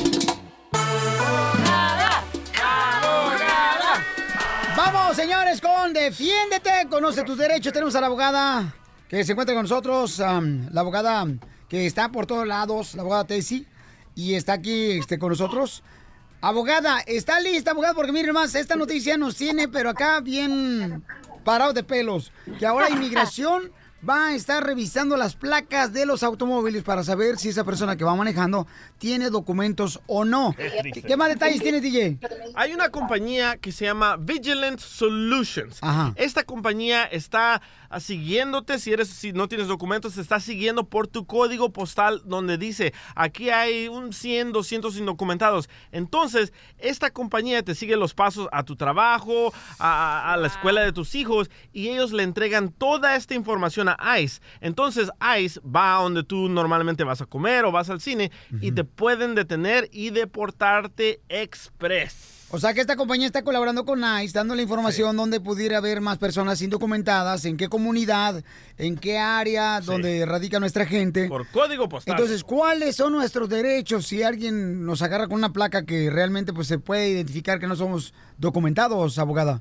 Vamos, señores, con Defiéndete. Conoce tus derechos. Tenemos a la abogada que se encuentra con nosotros. um, la abogada que está por todos lados, la abogada Tessie. Y está aquí este, con nosotros. Abogada, ¿está lista, abogada? Porque miren más, esta noticia nos tiene, pero acá bien parados de pelos. Que ahora inmigración va a estar revisando las placas de los automóviles para saber si esa persona que va manejando tiene documentos o no. Qué triste. ¿Qué más detalles tienes, D J? Hay una compañía que se llama Vigilant Solutions. Ajá. Esta compañía está ah, siguiéndote, si eres, si no tienes documentos, te está siguiendo por tu código postal donde dice, aquí hay un cien, doscientos indocumentados. Entonces, esta compañía te sigue los pasos a tu trabajo, a, a la escuela de tus hijos, y ellos le entregan toda esta información a ICE. Entonces, ICE va a donde tú normalmente vas a comer o vas al cine, y te pueden detener y deportarte express. O sea que esta compañía está colaborando con ICE, dando la información donde pudiera haber más personas indocumentadas, en qué comunidad, en qué área donde radica nuestra gente. Por código postal. Entonces, ¿cuáles son nuestros derechos si alguien nos agarra con una placa que realmente pues se puede identificar que no somos documentados, abogada?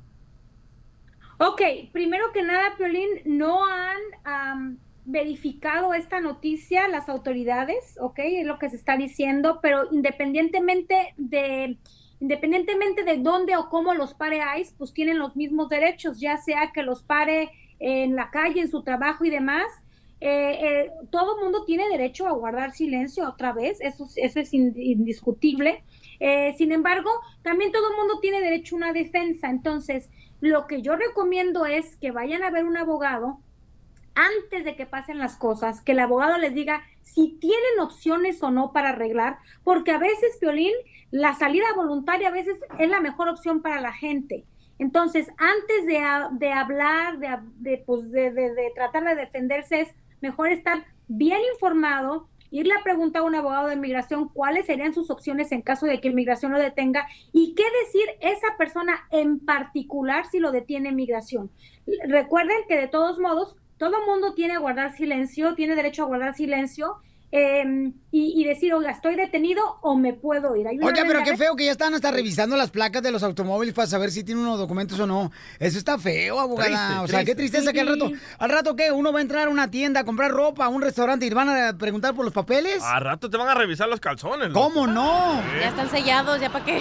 Ok, primero que nada, Piolín, no han am, verificado esta noticia las autoridades, ok, es lo que se está diciendo, pero independientemente de... Independientemente de dónde o cómo los pare ICE, pues tienen los mismos derechos, ya sea que los pare en la calle, en su trabajo y demás. Eh, eh, todo mundo tiene derecho a guardar silencio otra vez, eso, eso es indiscutible. Eh, sin embargo, también todo el mundo tiene derecho a una defensa. Entonces, lo que yo recomiendo es que vayan a ver un abogado antes de que pasen las cosas, que el abogado les diga si tienen opciones o no para arreglar, porque a veces, Piolín, la salida voluntaria a veces es la mejor opción para la gente. Entonces, antes de, de hablar, de, de, pues de, de, de tratar de defenderse, es mejor estar bien informado, irle a preguntar a un abogado de inmigración cuáles serían sus opciones en caso de que inmigración lo detenga y qué decir esa persona en particular si lo detiene inmigración. Recuerden que de todos modos, todo mundo tiene a guardar silencio, tiene derecho a guardar silencio eh, y, y decir, oiga, estoy detenido o me puedo ir. Hay una Oye, pero regla- qué feo que ya están hasta revisando las placas de los automóviles para saber si tienen unos documentos o no. Eso está feo, abogada. Triste, o sea, qué triste. tristeza que al rato, al rato que uno va a entrar a una tienda a comprar ropa, a un restaurante y van a preguntar por los papeles. A rato te van a revisar los calzones. loco. ¿Cómo no? Ya están sellados, ¿ya para qué?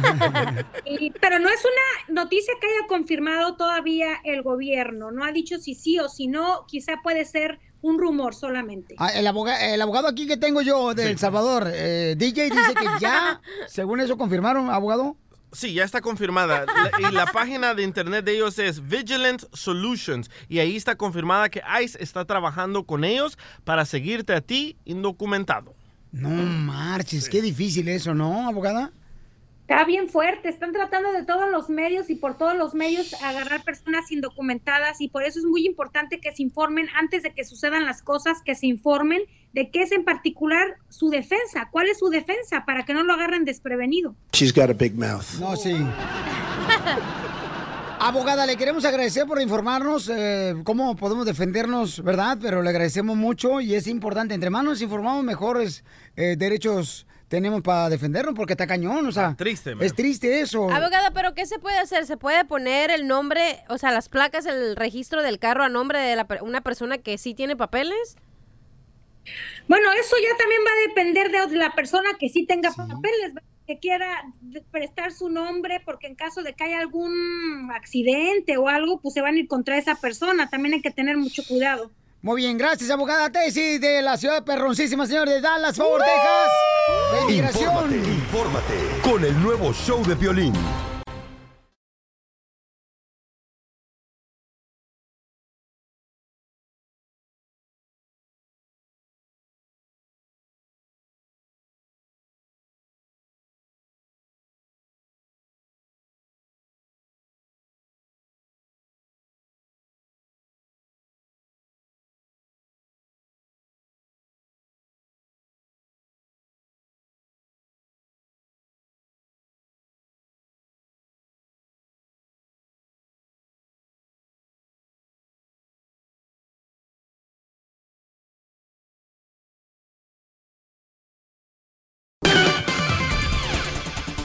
Y- pero no es una noticia que haya confirmado todavía el gobierno, no ha dicho si sí o si no, quizá puede ser un rumor solamente. Ah, el, aboga- el abogado aquí que tengo yo de El Salvador, eh, D J, dice que ya, según eso, confirmaron, abogado. Sí, ya está confirmada. La- y la página de internet de ellos es Vigilant Solutions. Y ahí está confirmada que ICE está trabajando con ellos para seguirte a ti indocumentado. No marches, qué difícil eso, ¿no, abogada? Está bien fuerte, están tratando de todos los medios y por todos los medios agarrar personas indocumentadas y por eso es muy importante que se informen antes de que sucedan las cosas, que se informen de qué es en particular su defensa, cuál es su defensa para que no lo agarren desprevenido. She's got a big mouth. No, sí. Abogada, le queremos agradecer por informarnos eh, cómo podemos defendernos, ¿verdad? Pero le agradecemos mucho y es importante. Entre más nos informamos, mejores eh, derechos tenemos para defendernos porque está cañón, o sea. Triste, man. Es triste eso. Abogada, ¿pero qué se puede hacer? ¿Se puede poner el nombre, o sea, las placas, el registro del carro a nombre de la per- una persona que sí tiene papeles? Bueno, eso ya también va a depender de la persona que sí tenga papeles, que quiera de- prestar su nombre, porque en caso de que haya algún accidente o algo, pues se van a ir contra esa persona. También hay que tener mucho cuidado. Muy bien, gracias, abogada Tessie de la ciudad perroncísima, señor, de Dallas, Fort Texas. De inmigración. Infórmate, infórmate con el nuevo show de Piolín.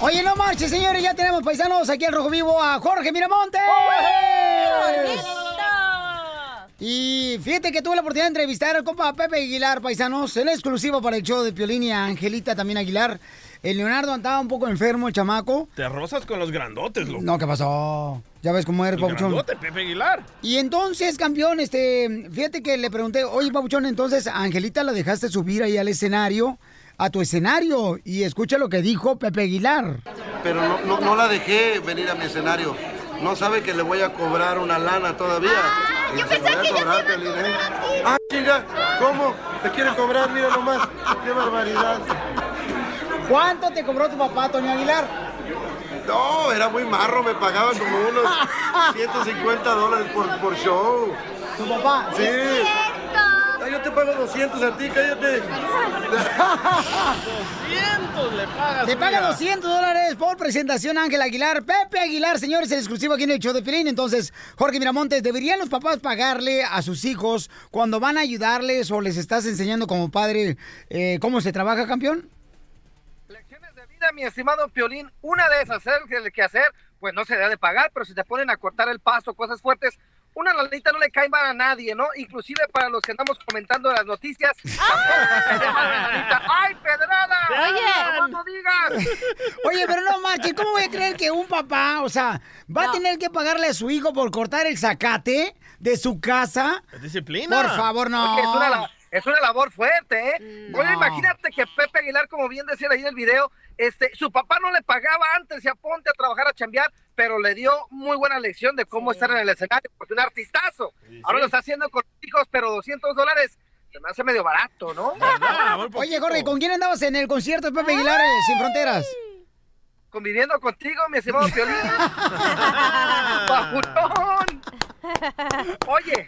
Oye, no marches, señores, ya tenemos paisanos aquí al Rojo Vivo a Jorge Miramontes. Y fíjate que tuve la oportunidad de entrevistar al compa Pepe Aguilar, paisanos, en exclusivo para el show de Piolín y a Angelita también Aguilar. El Leonardo andaba un poco enfermo, el chamaco. Te rozas con los grandotes, loco. No, ¿qué pasó? Ya ves cómo eres, El papuchón. grandote, Pepe Aguilar. Y entonces, campeón, este, fíjate que le pregunté, oye, papuchón, entonces, a Angelita la dejaste subir ahí al escenario, a tu escenario, y escucha lo que dijo Pepe Aguilar. Pero no, no, no la dejé venir a mi escenario. No sabe que le voy a cobrar una lana todavía. Y yo se pensé lo voy a que ya cobrar, te iba a Piolín, ¿eh? ¡Ah, chinga! ¿Cómo? ¿Te quiere cobrar? Mira nomás. ¡Qué barbaridad! ¿Cuánto te cobró tu papá, Toño Aguilar? No, era muy marro. Me pagaba como unos ciento cincuenta dólares por, por show. ¿Tu papá? Sí. Ah, yo te pago doscientos a ti, cállate. doscientos le pagas. Te paga mira. doscientos dólares por presentación, Ángel Aguilar. Pepe Aguilar, señores, el exclusivo aquí en el show de Piolín. Entonces, Jorge Miramontes, ¿deberían los papás pagarle a sus hijos cuando van a ayudarles o les estás enseñando como padre eh, cómo se trabaja, campeón? Mira, mi estimado Piolín, una de esas, hacer el que hacer, pues no se debe de pagar, pero si te ponen a cortar el pasto, cosas fuertes, una lanita no le cae mal a nadie, ¿no? Inclusive para los que andamos comentando las noticias. ¡Ay, pedrada! Oye. ¡No, no digas! Oye, pero no marches, ¿cómo voy a creer que un papá, o sea, va a tener que pagarle a su hijo por cortar el zacate de su casa? Disciplina. Por favor, no. Oye, es una, la- es una labor fuerte, ¿eh? No. Oye, imagínate que Pepe Aguilar, como bien decía ahí en el video, este, su papá no le pagaba antes, ya ponte a trabajar a chambear, pero le dio muy buena lección de cómo estar en el escenario, porque un artistazo. Ahora lo está haciendo con los hijos, pero doscientos dólares se me hace medio barato, ¿no? Oye, Jorge, ¿con quién andabas en el concierto de Pepe Aguilar eh, Sin Fronteras? Conviviendo contigo, mi estimado Piolín. ¡Papuchón! Oye,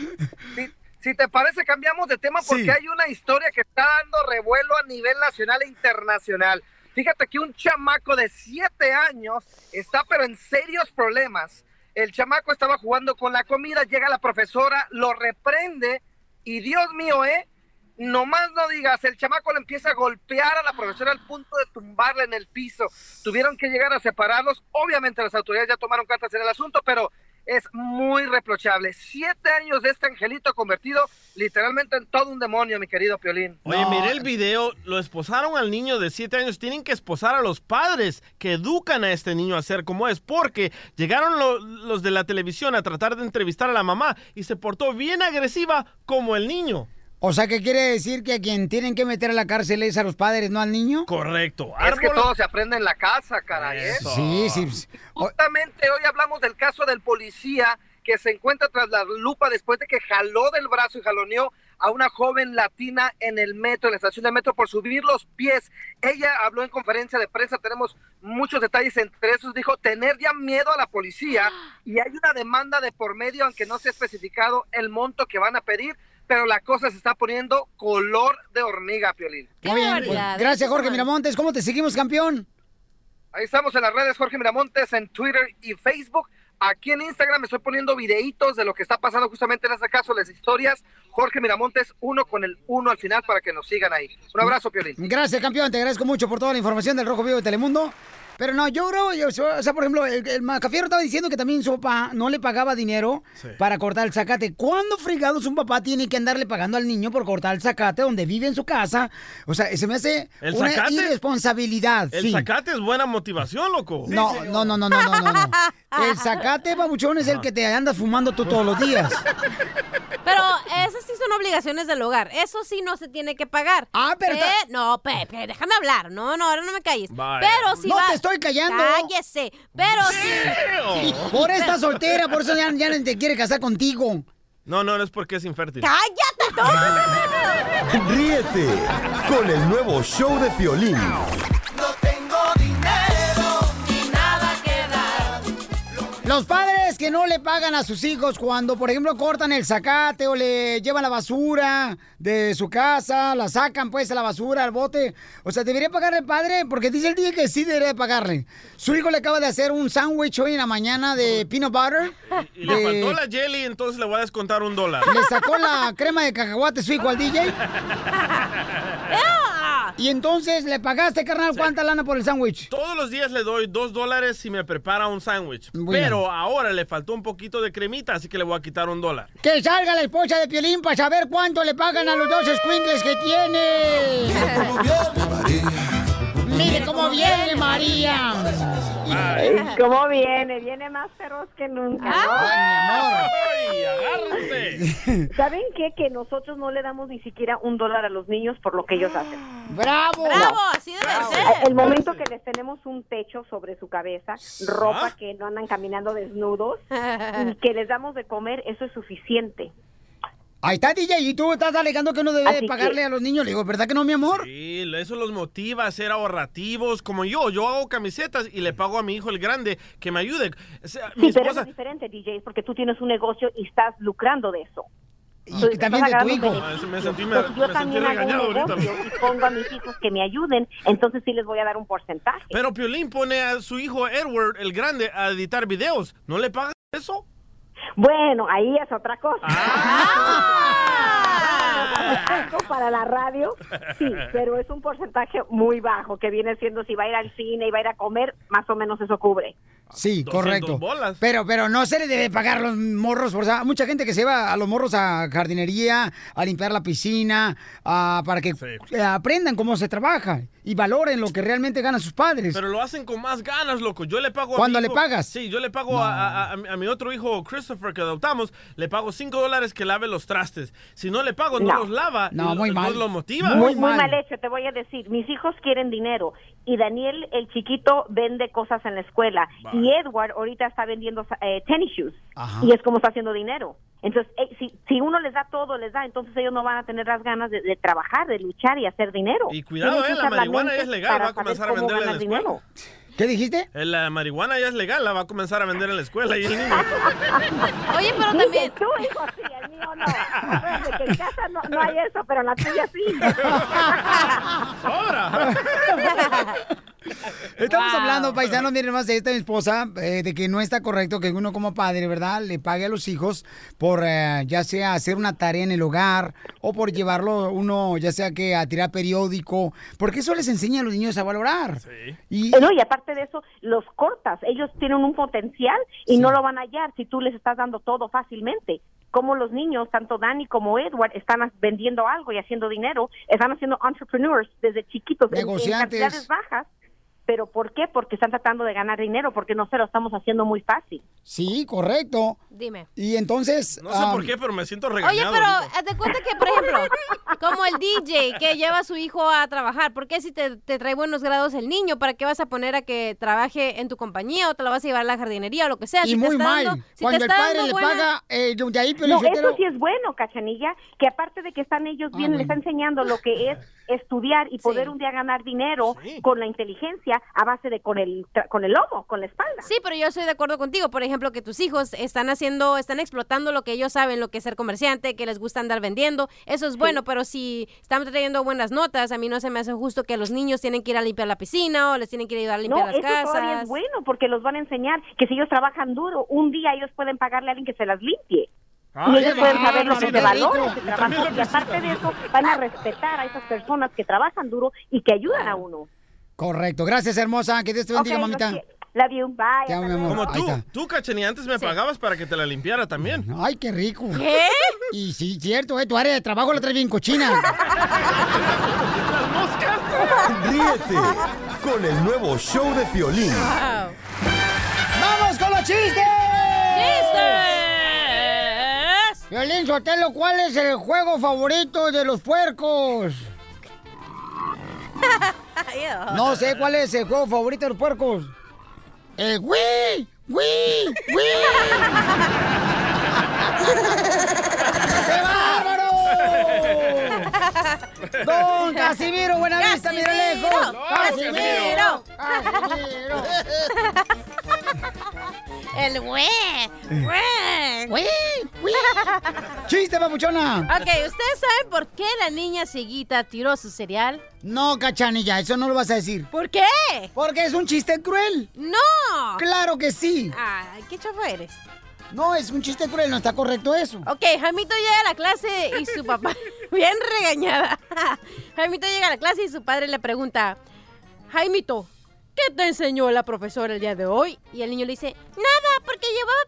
si, si te parece, cambiamos de tema porque Sí. hay una historia que está dando revuelo a nivel nacional e internacional. Fíjate que un chamaco de siete años está pero en serios problemas. El chamaco estaba jugando con la comida, llega la profesora, lo reprende y Dios mío, ¿eh? Nomás no digas, el chamaco le empieza a golpear a la profesora al punto de tumbarla en el piso. Tuvieron que llegar a separarlos. Obviamente las autoridades ya tomaron cartas en el asunto, pero es muy reprochable. Siete años de este angelito convertido literalmente en todo un demonio, mi querido Piolín. Oye, miré el video, lo esposaron al niño de siete años, tienen que esposar a los padres que educan a este niño a ser como es, porque llegaron lo- los de la televisión a tratar de entrevistar a la mamá y se portó bien agresiva como el niño. O sea, ¿qué quiere decir que a quien tienen que meter a la cárcel es a los padres, no al niño? Correcto. Es que todo se aprende en la casa, caray, ¿eh? Sí, sí. Justamente hoy hablamos del caso del policía que se encuentra tras la lupa después de que jaló del brazo y jaloneó a una joven latina en el metro, en la estación de metro, por subir los pies. Ella habló en conferencia de prensa, tenemos muchos detalles, entre esos dijo tener ya miedo a la policía y hay una demanda de por medio, aunque no se ha especificado el monto que van a pedir, pero la cosa se está poniendo color de hormiga, Piolín. Muy bien, pues, gracias, Jorge Miramontes. ¿Cómo te seguimos, campeón? Ahí estamos en las redes, Jorge Miramontes, en Twitter y Facebook. Aquí en Instagram estoy poniendo videitos de lo que está pasando justamente en este caso, las historias. Jorge Miramontes, uno con el uno al final para que nos sigan ahí. Un abrazo, Piolín. Gracias, campeón. Te agradezco mucho por toda la información del Rojo Vivo de Telemundo. Pero no, yo creo, yo, o sea, por ejemplo, el, el Macafiero estaba diciendo que también su papá no le pagaba dinero Sí. para cortar el zacate. ¿Cuándo fregados un papá tiene que andarle pagando al niño por cortar el zacate donde vive en su casa? O sea, se me hace ¿El una zacate? irresponsabilidad. El sí. zacate es buena motivación, loco. No, no, no, no, no, no, no, no. El zacate, babuchón, es el que te andas fumando tú todos los días. Pero esas sí son obligaciones del hogar. Eso sí no se tiene que pagar. Ah, pero Eh, ta- no, Pepe, déjame hablar. No, no, ahora no me calles. Vaya. Pero si No va... te estoy callando. Cállese. Pero sí. Por esta soltera, por eso ya, ya no te quiere casar contigo. No, no, no es porque es infértil. ¡Cállate tú! Ríete con el nuevo show de Piolín. No tengo dinero ni nada que dar. Los padres que no le pagan a sus hijos cuando, por ejemplo, cortan el zacate o le llevan la basura de su casa, la sacan pues a la basura, al bote. O sea, ¿debería pagarle el padre? Porque dice el día que sí debería pagarle. Su hijo le acaba de hacer un sándwich hoy en la mañana de peanut butter. Y le de- faltó la jelly, entonces le voy a descontar un dólar. Le sacó la crema de cacahuate su hijo al D J. ¡Ah! Y entonces, ¿le pagaste, carnal, Sí. cuánta lana por el sándwich? Todos los días le doy dos dólares si me prepara un sándwich. Bueno. Pero ahora le faltó un poquito de cremita, así que le voy a quitar un dólar. Que salga la esposa de Piolín para saber cuánto le pagan a los dos escuincles que tiene. Mire cómo viene María. Ay, ¿cómo viene? Viene más feroz que nunca, ¿no? Ay, mi amor. ¡Ay, agárrense! ¿Saben qué? Que nosotros no le damos ni siquiera un dólar a los niños por lo que ellos hacen. ¡Bravo! ¡Bravo! Así debe ser. El momento que les tenemos un techo sobre su cabeza, ropa que no andan caminando desnudos y que les damos de comer, eso es suficiente. Ahí está, D J, y tú estás alegando que uno debe Así de pagarle que- a los niños. Le digo, ¿verdad que no, mi amor? Sí, eso los motiva a ser ahorrativos. Como yo, yo hago camisetas y le pago a mi hijo el grande que me ayude. O sea, mi Sí, pero eso esposa... es diferente, D J, es porque tú tienes un negocio y estás lucrando de eso. Y Entonces, también estás de tu agarrando hijo. beneficios. Me sentí, me, Pues yo me sentí también hago regañado un ahorita. negocio y pongo a mis hijos que me ayuden, entonces sí les voy a dar un porcentaje. Pero Piolín pone a su hijo Edward, el grande, a editar videos. ¿No le pagan eso? Bueno, ahí es otra cosa. Ah. Para la radio, sí, pero es un porcentaje muy bajo, que viene siendo si va a ir al cine y va a ir a comer, más o menos eso cubre. Sí, correcto. bolas. Pero, pero no se le debe pagar a los morros. O sea, mucha gente que se va a los morros a jardinería, a limpiar la piscina, a- para que eh, aprendan cómo se trabaja y valoren lo que realmente ganan sus padres. Pero lo hacen con más ganas, loco. Yo le pago a ¿Cuándo mi le hijo- pagas? Sí, yo le pago a, a- a- a mi otro hijo, Christopher, que adoptamos, le pago cinco dólares que lave los trastes. Si no le pago, no, No. los lava. No, y muy lo, mal. lo motiva. Muy, muy mal hecho, te voy a decir. Mis hijos quieren dinero y Daniel, el chiquito, vende cosas en la escuela y Edward ahorita está vendiendo eh, tennis shoes. Ajá. Y es como está haciendo dinero. Entonces, eh, si, si uno les da todo, les da, entonces ellos no van a tener las ganas de, de trabajar, de luchar y hacer dinero. Y cuidado, Tienen que eh, la usar marihuana mente ya es legal, para va a comenzar a saber cómo venderla en la ganar escuela. dinero. ¿Qué dijiste? Eh, La marihuana ya es legal, la va a comenzar a vender en la escuela y el niño. Oye, pero Dice, también... tú, hijo, sí, el mío no. Acuérdate que en casa no, no hay eso, pero en la tuya sí. Estamos Wow. hablando, paisanos, miren más de esta mi esposa, eh, de que no está correcto que uno como padre, ¿verdad?, le pague a los hijos por eh, ya sea hacer una tarea en el hogar o por llevarlo uno, ya sea que a tirar periódico, porque eso les enseña a los niños a valorar. Y, No, y aparte de eso, los cortas. Ellos tienen un potencial y no lo van a hallar si tú les estás dando todo fácilmente. Como los niños, tanto Dani como Edward, están as- vendiendo algo y haciendo dinero, están haciendo entrepreneurs desde chiquitos en- en Negociantes. cantidades bajas. ¿Pero por qué? Porque están tratando de ganar dinero, porque no se lo estamos haciendo muy fácil. Sí, correcto. Dime. Y entonces... No sé um, por qué, pero me siento Oye, regañado. pero ahorita. haz de cuenta que, por ejemplo, como el D J que lleva a su hijo a trabajar, ¿por qué si te, te trae buenos grados el niño? ¿Para qué vas a poner a que trabaje en tu compañía o te lo vas a llevar a la jardinería o lo que sea? Y Si te muy está mal. dando- si te Cuando el está padre dando le buena- paga, eh, de ahí, No, Piolichotero- eso sí es bueno, Cachanilla, que aparte de que están ellos bien, Ah, les está enseñando lo que es estudiar y poder un día ganar dinero con la inteligencia a base de con el tra- con el lomo, con la espalda. Sí, pero yo estoy de acuerdo contigo. Por ejemplo, que tus hijos están haciendo, están explotando lo que ellos saben, lo que es ser comerciante, que les gusta andar vendiendo. Eso es bueno, pero si están trayendo buenas notas, a mí no se me hace justo que los niños tienen que ir a limpiar la piscina o les tienen que ir a ayudar a limpiar No, las eso casas. todavía es bueno porque los van a enseñar que si ellos trabajan duro, un día ellos pueden pagarle a alguien que se las limpie. Ah, y ellos qué pueden saber bárbaro, lo que qué se valora rico. ese trabajo. Y aparte de eso, van a respetar a esas personas que trabajan duro y que ayudan a uno. Correcto. Gracias, hermosa. Que Dios te bendiga, Ok, mamita. los que- Love you. Bye. Te amo, mi hasta amor. luego. Como Ahí tú, está. tú, Cachanilla, antes me pagabas para que te la limpiara también. Ay, qué rico. ¿Qué? Y sí, cierto, eh, tu área de trabajo la traes bien cochina. Ríete con el nuevo show de Piolín. ¡Vamos con los chistes! ¡Chistes! Piolín Sotelo, ¿cuál es el juego favorito de los puercos? No sé cuál es el juego favorito de los puercos. El Wii, Wii, Wii. ¡Qué bárbaro! Don Casimiro, buena vista, mira lejos. Casimiro. Casimiro. El güey. Güey. Wii, Wii. Chiste, papuchona. Ok, ¿ustedes saben por qué la niña cieguita tiró su cereal? No, Cachanilla, eso no lo vas a decir. ¿Por qué? Porque es un chiste cruel. ¡No! Claro que sí. Ay, qué chafo eres. No, es un chiste cruel, no está correcto eso. Ok, Jaimito llega a la clase y su papá, bien regañada. Jaimito llega a la clase y su padre le pregunta, Jaimito, ¿qué te enseñó la profesora el día de hoy? Y el niño le dice, nada, porque llevaba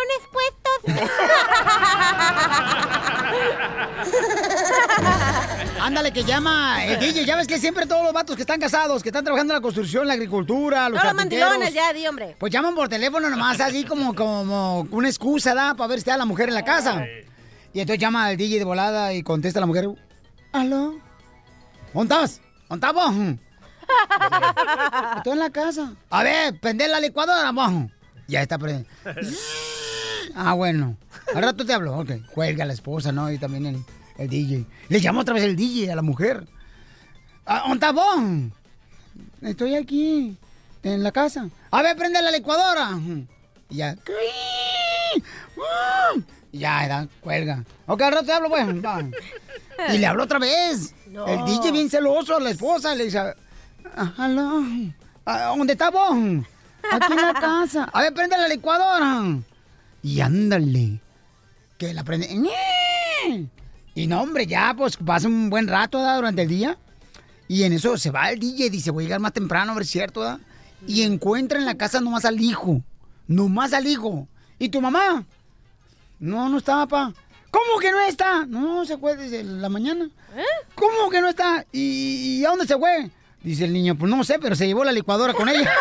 pantalones puestos. Ándale, que llama el D J. Ya ves que siempre todos los vatos que están casados, que están trabajando en la construcción, la agricultura, los No, los carpinteros, mandilones, ya, di, hombre. pues llaman por teléfono nomás, así como, como una excusa, ¿da? Para ver si está la mujer en la casa. Y entonces llama al D J de volada y contesta a la mujer, ¿aló? ¿Dónde estás? ¿Dónde estás vos? Estoy en la casa. A ver, prende la licuadora, vos. Ya está prendiendo. Ah, bueno. Al rato te hablo. Ok. Cuelga la esposa, ¿no? Y también el, el D J. Le llama otra vez el D J a la mujer. Ah, ¿dónde estás vos? Estoy aquí, en la casa. A ver, prende la licuadora. Y ya. Y ya, da, cuelga. Ok, al rato te hablo, pues. Va. Y le habló otra vez. No. El D J bien celoso a la esposa. Le dice, aló, ¿dónde estás vos? Aquí en la casa. A ver, prende la licuadora. Y ándale. Que la prende. Y no, hombre, ya, pues pasa un buen rato, ¿verdad? Durante el día. Y en eso se va el D J y dice, voy a llegar más temprano, a ver si es cierto, ¿verdad? Y encuentra en la casa nomás al hijo. Nomás al hijo. ¿Y tu mamá? No, no estaba, pa. ¿Cómo que no está? No, se fue desde la mañana. ¿Eh? ¿Cómo que no está? ¿Y, y a dónde se fue? Dice el niño, pues no sé, pero se llevó la licuadora con ella.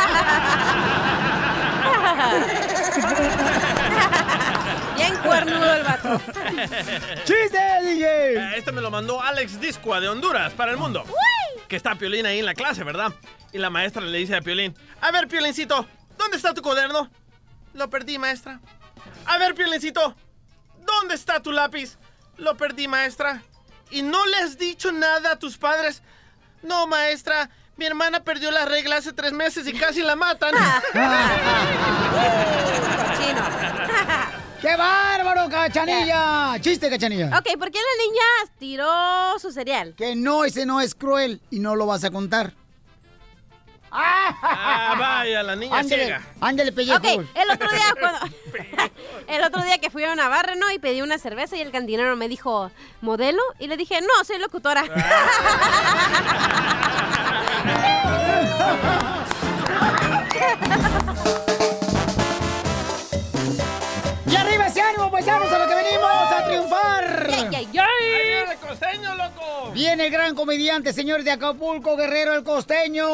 Bien cuernudo el vato. ¡Chiste, D J! Eh, este me lo mandó Alex Discoa de Honduras para el mundo. ¡Uy! Que está Piolín ahí en la clase, ¿verdad? Y la maestra le dice a Piolín, a ver, Piolincito, ¿dónde está tu cuaderno? Lo perdí, maestra. A ver, Piolincito, ¿dónde está tu lápiz? Lo perdí, maestra. ¿Y no le has dicho nada a tus padres? No, maestra, mi hermana perdió la regla hace tres meses y casi la matan. ¡Qué bárbaro, Cachanilla! ¡Chiste, Cachanilla! Ok, ¿por qué la niña tiró su cereal? Que no, ese no es cruel y no lo vas a contar. Ah, vaya, la niña ándale, ciega. Ándale, pellejo. Ok, el otro día cuando... el otro día que fui a Navarra, ¿no? Y pedí una cerveza y el cantinero me dijo, ¿modelo? Y le dije, no, soy locutora. ¡Y arriba ese ánimo, paisanos, a lo que venimos a triunfar! ¡Yay, yay, yay! ¡Ahí viene el costeño, loco! Viene el gran comediante, señores de Acapulco, Guerrero, el costeño.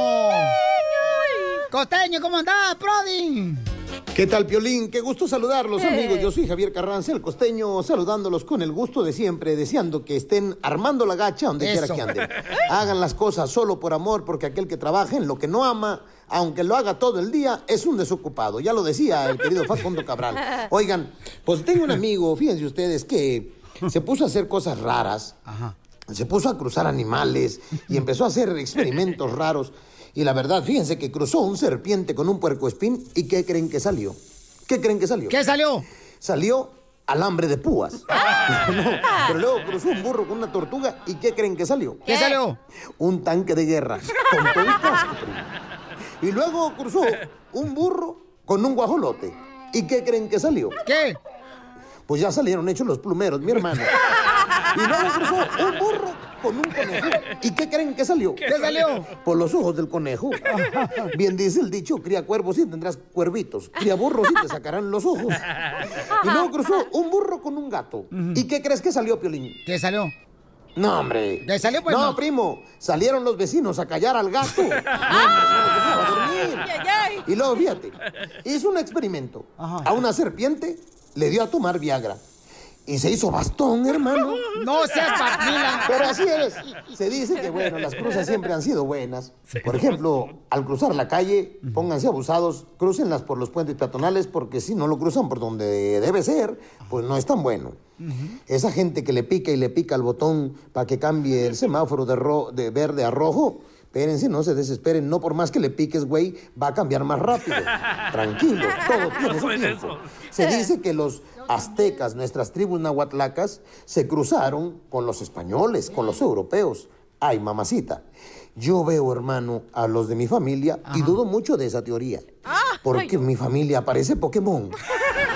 Costeño, ¿cómo andás, Brody? ¿Qué tal, Piolín? Qué gusto saludarlos, Eh. amigos. Yo soy Javier Carranza, el costeño, saludándolos con el gusto de siempre, deseando que estén armando la gacha donde Eso. quiera que anden. Hagan las cosas solo por amor, porque aquel que trabaja en lo que no ama, aunque lo haga todo el día, es un desocupado. Ya lo decía el querido Facundo Cabral. Oigan, pues tengo un amigo, fíjense ustedes, que se puso a hacer cosas raras. Ajá. Se puso a cruzar animales y empezó a hacer experimentos raros. Y la verdad, fíjense que cruzó un serpiente con un puercoespín. ¿Y qué creen que salió? ¿Qué creen que salió? ¿Qué salió? Salió alambre de púas. No, pero luego cruzó un burro con una tortuga. ¿Y qué creen que salió? ¿Qué salió? Un tanque de guerra con todo el casco, primo. Y luego cruzó un burro con un guajolote. ¿Y qué creen que salió? ¿Qué? Pues ya salieron hechos los plumeros, mi hermano. Y luego cruzó un burro con un conejo. ¿Y qué creen que salió? ¿Qué salió? Por los ojos del conejo. Bien dice el dicho, cría cuervos y tendrás cuervitos. Cría burros y te sacarán los ojos. Y luego cruzó un burro con un gato. ¿Y qué crees que salió, Piolín? ¿Qué salió? No, hombre. ¿Qué salió, pues? No, No. primo. Salieron los vecinos a callar al gato. No, hombre, no los dejaba dormir. Y luego, fíjate, hizo un experimento. A una serpiente le dio a tomar Viagra. Y se hizo bastón, hermano. No seas papila. Pero así es. Se dice que, bueno, las cruzas siempre han sido buenas. Por ejemplo, al cruzar la calle, pónganse abusados, crúcenlas por los puentes peatonales, porque si no lo cruzan por donde debe ser, pues no es tan bueno. Esa gente que le pica y le pica el botón para que cambie el semáforo de, ro- de verde a rojo, espérense, no se desesperen. No por más que le piques, güey, va a cambiar más rápido. Tranquilos, todo tiene su tiempo. Se dice que los aztecas, nuestras tribus nahuatlacas, se cruzaron con los españoles, con los europeos. Ay, mamacita. Yo veo, hermano, a los de mi familia y dudo mucho de esa teoría. Porque mi familia parece Pokémon.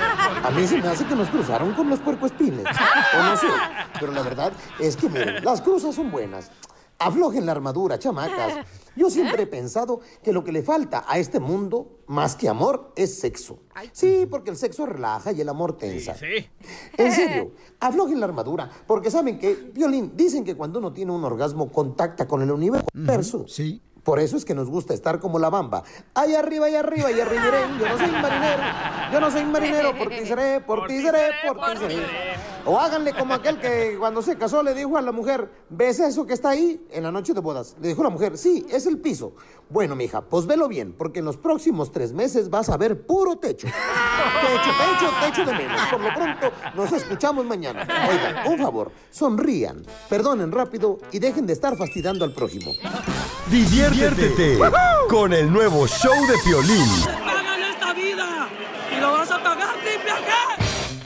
A mí se me hace que nos cruzaron con los puercoespines. O no sé. Pero la verdad es que, miren, las cruzas son buenas. Aflojen la armadura, chamacas. Yo siempre he pensado que lo que le falta a este mundo, más que amor, es sexo. Sí, porque el sexo relaja y el amor tensa. Sí, sí. En serio, aflojen la armadura, porque saben que, Violín, dicen que cuando uno tiene un orgasmo contacta con el universo. Sí. Por eso es que nos gusta estar como la bamba. Ahí arriba, ahí arriba, ahí arriba iré. Yo no soy marinero, yo no soy marinero, por ti seré, por ti seré, por ti seré. O háganle como aquel que cuando se casó le dijo a la mujer, ¿ves eso que está ahí en la noche de bodas? Le dijo la mujer, sí, es el piso. Bueno, mija, pues velo bien, porque en los próximos tres meses vas a ver puro techo. Techo, techo, techo de menos. Por lo pronto, nos escuchamos mañana. Oigan, un favor, sonrían, perdonen rápido y dejen de estar fastidiando al prójimo. Diviértete con el nuevo show de Piolín. ¡Pagan esta vida! ¡Y lo vas a pagar triple acá!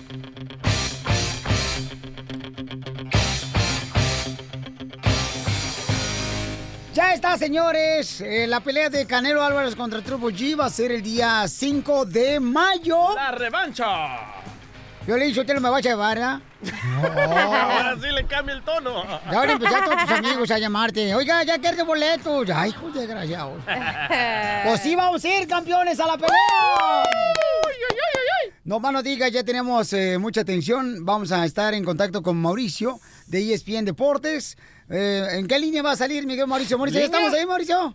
Ya está, señores. Eh, la pelea de Canelo Álvarez contra Triple G va a ser el día cinco de mayo. ¡La revancha! Piolín, yo te lo me voy a llevar, ¿eh? Ahora sí le cambia el tono. Ya van a empezar todos tus amigos a llamarte. Oiga, ya quiero boletos. Ay, hijos desgraciados. Pues sí, vamos a ir, campeones, a la pelea. No más no digas, ya tenemos eh, mucha atención. Vamos a estar en contacto con Mauricio de E S P N Deportes. Eh, ¿En qué línea va a salir, Miguel Mauricio? Mauricio, ¿ya estamos ahí, Mauricio?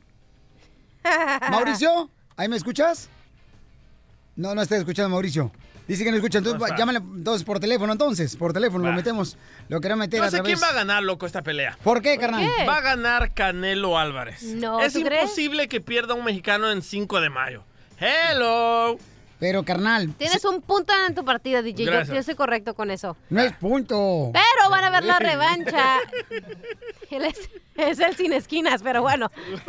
Mauricio, ¿ahí me escuchas? No, no estoy escuchando, Mauricio. Dice que no escucha, entonces no llámale entonces por teléfono, entonces, por teléfono Va. lo metemos, lo queremos meter No a sé través. quién va a ganar, loco, esta pelea. ¿Por qué, carnal? ¿Qué? Va a ganar Canelo Álvarez. No, es ¿tú crees? imposible que pierda un mexicano en cinco de mayo. Hello. Pero, carnal, Tienes un punto en tu partida, D J. Yo, Gracias. yo estoy correcto con eso. no es punto. Pero van a ver la revancha. Él es, es el sin esquinas, pero bueno.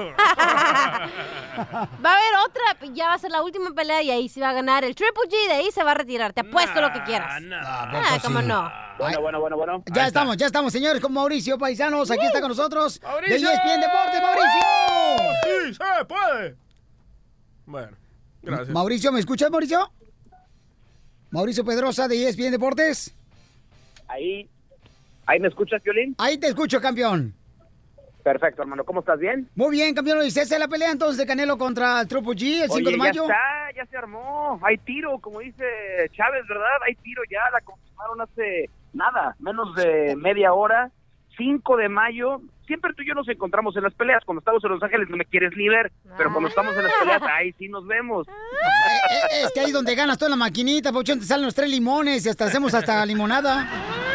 Va a haber otra, ya va a ser la última pelea y ahí sí va a ganar el Triple G, de ahí se va a retirar. Te apuesto lo que quieras. Ah, cómo no. Bueno, bueno, bueno, bueno. Ya estamos, ya estamos, señores, con Mauricio Paisanos. Aquí está con nosotros. ¡Mauricio! De E S P N Deportes, Mauricio. ¡Sí, se puede! Bueno, gracias. Mauricio, ¿me escuchas, Mauricio? Mauricio Pedrosa de E S P N Deportes. Ahí, ahí me escuchas, Piolín. Ahí te escucho, campeón. Perfecto, hermano. ¿Cómo estás? ¿Bien? Muy bien, campeón. ¿Y se hace la pelea entonces de Canelo contra el Triple G el cinco de mayo? Ya está, ya se armó. Hay tiro, como dice Chávez, ¿verdad? Hay tiro ya. La confirmaron hace nada, menos de media hora. cinco de mayo. Siempre tú y yo nos encontramos en las peleas. Cuando estamos en Los Ángeles no me quieres ni ver, pero cuando estamos en las peleas, ahí sí nos vemos. Eh, eh, Es que ahí donde ganas toda la maquinita, Pauchón, te salen los tres limones y hasta hacemos hasta limonada.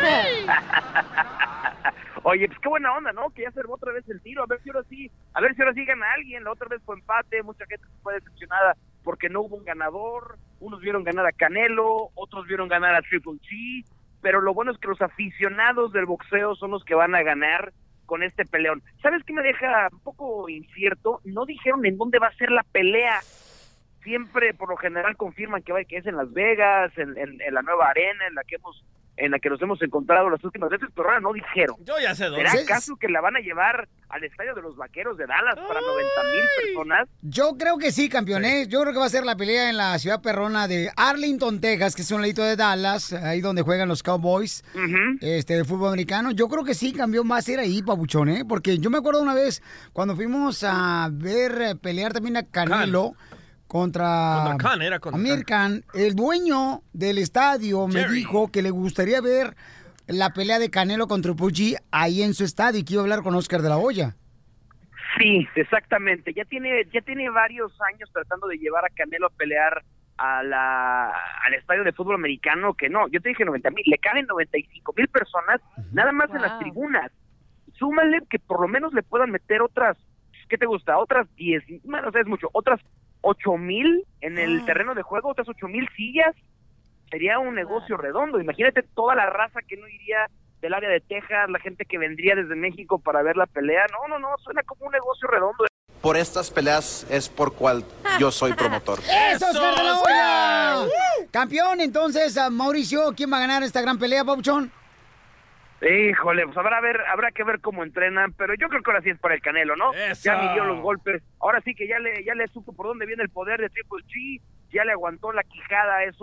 Oye, pues qué buena onda, ¿no? Que ya se armó otra vez el tiro. A ver si ahora sí, a ver si ahora sí gana alguien. La otra vez fue empate, mucha gente fue decepcionada porque no hubo un ganador. Unos vieron ganar a Canelo, otros vieron ganar a Triple G. Pero lo bueno es que los aficionados del boxeo son los que van a ganar con este peleón. ¿Sabes qué me deja un poco incierto? No dijeron en dónde va a ser la pelea. Siempre, por lo general, confirman que va que es en Las Vegas, en, en, en la nueva arena, en la que hemos, en la que nos hemos encontrado las últimas veces, pero ahora no dijeron. Yo ya sé dónde. ¿Será acaso que la van a llevar al estadio de los Vaqueros de Dallas para noventa mil personas? Yo creo que sí, campeones. Yo creo que va a ser la pelea en la ciudad perrona de Arlington, Texas, que es un ladito de Dallas, ahí donde juegan los Cowboys, uh-huh. este, de fútbol americano. Yo creo que sí cambió más ir ahí, papuchón, ¿eh? Porque yo me acuerdo una vez cuando fuimos a ver eh, pelear también a Canelo. Can. Contra, contra Khan, era contra Amir Khan. El dueño del estadio Jerry. me dijo que le gustaría ver la pelea de Canelo contra Triple G ahí en su estadio y que iba a hablar con Oscar de la Hoya. Sí, exactamente. Ya tiene, ya tiene varios años tratando de llevar a Canelo a pelear a la, al estadio de fútbol americano, que no, yo te dije noventa mil, le caben noventa y cinco mil personas, nada más wow. en las tribunas. Súmale que por lo menos le puedan meter otras, ¿qué te gusta? Otras diez, bueno, o sea, es mucho, otras ocho mil en el terreno de juego, otras ocho mil sillas. Sería un negocio redondo. Imagínate toda la raza que no iría del área de Texas, la gente que vendría desde México para ver la pelea. No, no, no, suena como un negocio redondo. Por estas peleas es por cual yo soy promotor. ¡Eso, Oscar de la Hoya! Campeón, entonces, Mauricio, ¿quién va a ganar esta gran pelea, Pauchón? Híjole, pues habrá, ver, habrá que ver cómo entrenan, pero yo creo que ahora sí es para el Canelo, ¿no? Eso. Ya midió los golpes, ahora sí que ya le ya le supo por dónde viene el poder de Triple G, ya le aguantó la quijada a esos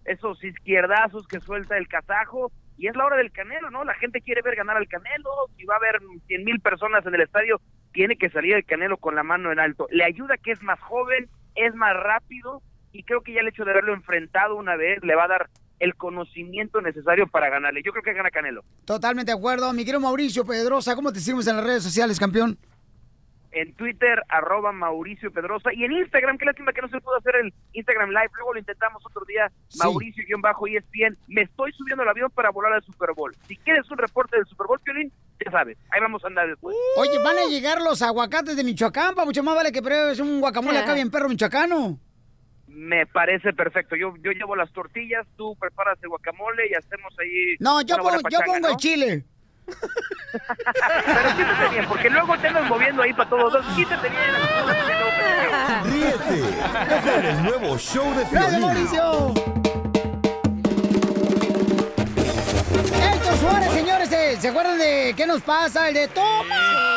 esos izquierdazos que suelta el kazajo, y es la hora del Canelo, ¿no? La gente quiere ver ganar al Canelo, si va a haber cien mil personas en el estadio, tiene que salir el Canelo con la mano en alto. Le ayuda que es más joven, es más rápido, y creo que ya el hecho de haberlo enfrentado una vez le va a dar el conocimiento necesario para ganarle. Yo creo que gana Canelo. Totalmente de acuerdo. Mi querido Mauricio Pedrosa, ¿cómo te seguimos en las redes sociales, campeón? En Twitter, arroba Mauricio Pedrosa, y en Instagram, qué lástima que no se pudo hacer el Instagram Live, luego lo intentamos otro día, sí. Mauricio-E S P N, me estoy subiendo al avión para volar al Super Bowl. Si quieres un reporte del Super Bowl, Piolín, ya sabes, ahí vamos a andar después. Oye, van a llegar los aguacates de Michoacán, pa, mucho más vale que pruebes un guacamole acá bien perro michoacano. Me parece perfecto, yo yo llevo las tortillas, tú preparas el guacamole y hacemos ahí... No, yo una pongo, buena pachanga, yo pongo ¿no? el chile. Pero quítate bien, porque luego te andas moviendo ahí para todos lados. Quítate bien. Ríete con el nuevo show de ¡Gracias, Piolín. Mauricio! Héctor Suárez, señores, ¿se, ¿se acuerdan de qué nos pasa? El de Tomás.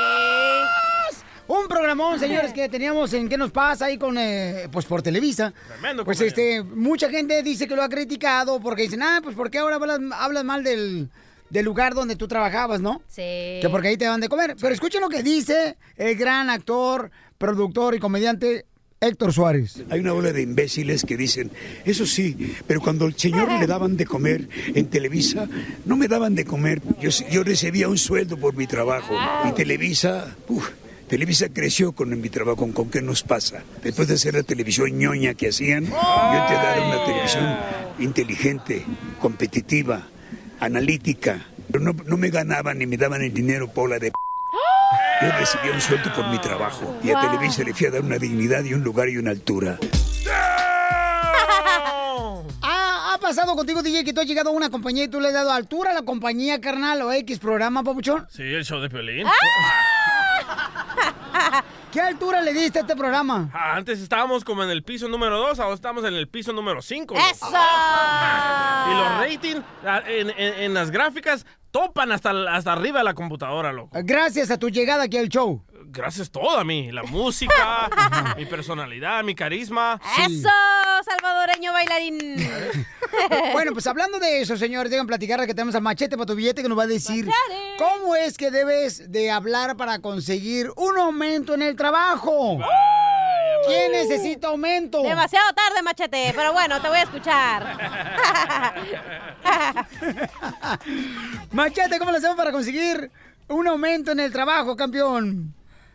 Un programón, señores, que teníamos en ¿Qué nos pasa? Ahí con, eh, pues por Televisa. Tremendo. Pues comedia. este, mucha gente dice que lo ha criticado porque dicen, ah, pues ¿por qué ahora hablas, hablas mal del, del lugar donde tú trabajabas, no? Sí. Que porque ahí te dan de comer. Pero escuchen lo que dice el gran actor, productor y comediante Héctor Suárez. Hay una ola de imbéciles que dicen, eso sí, pero cuando el señor le daban de comer en Televisa, no me daban de comer. Yo, yo recibía un sueldo por mi trabajo. Y Televisa, uff, Televisa creció con mi trabajo, con, con qué nos pasa. Después de hacer la televisión ñoña que hacían, yo te dar una televisión inteligente, competitiva, analítica. Pero no, no me ganaban ni me daban el dinero, Paula de... Yo recibía un sueldo por mi trabajo y a Televisa le fui a dar una dignidad y un lugar y una altura. ¿Ha, ha pasado contigo, D J, que tú has llegado a una compañía y tú le has dado altura a la compañía, carnal, o X programa, papuchón? Sí, el show de Piolín. ¿Qué altura le diste a este programa? Ah, antes estábamos como en el piso número dos, ahora estamos en el piso número cinco. ¡Eso! Y los ratings en, en, en las gráficas topan hasta, hasta arriba de la computadora, loco. Gracias a tu llegada aquí al show. Gracias todo a mí. La música, mi personalidad, mi carisma. ¡Eso, salvadoreño bailarín! Bueno, pues hablando de eso, señores, dejan platicar que tenemos al Machete para tu billete que nos va a decir cómo es que debes de hablar para conseguir un aumento en el trabajo. ¿Quién necesita aumento? Demasiado tarde, Machete, pero bueno, te voy a escuchar. Machete, ¿cómo lo hacemos para conseguir un aumento en el trabajo, campeón?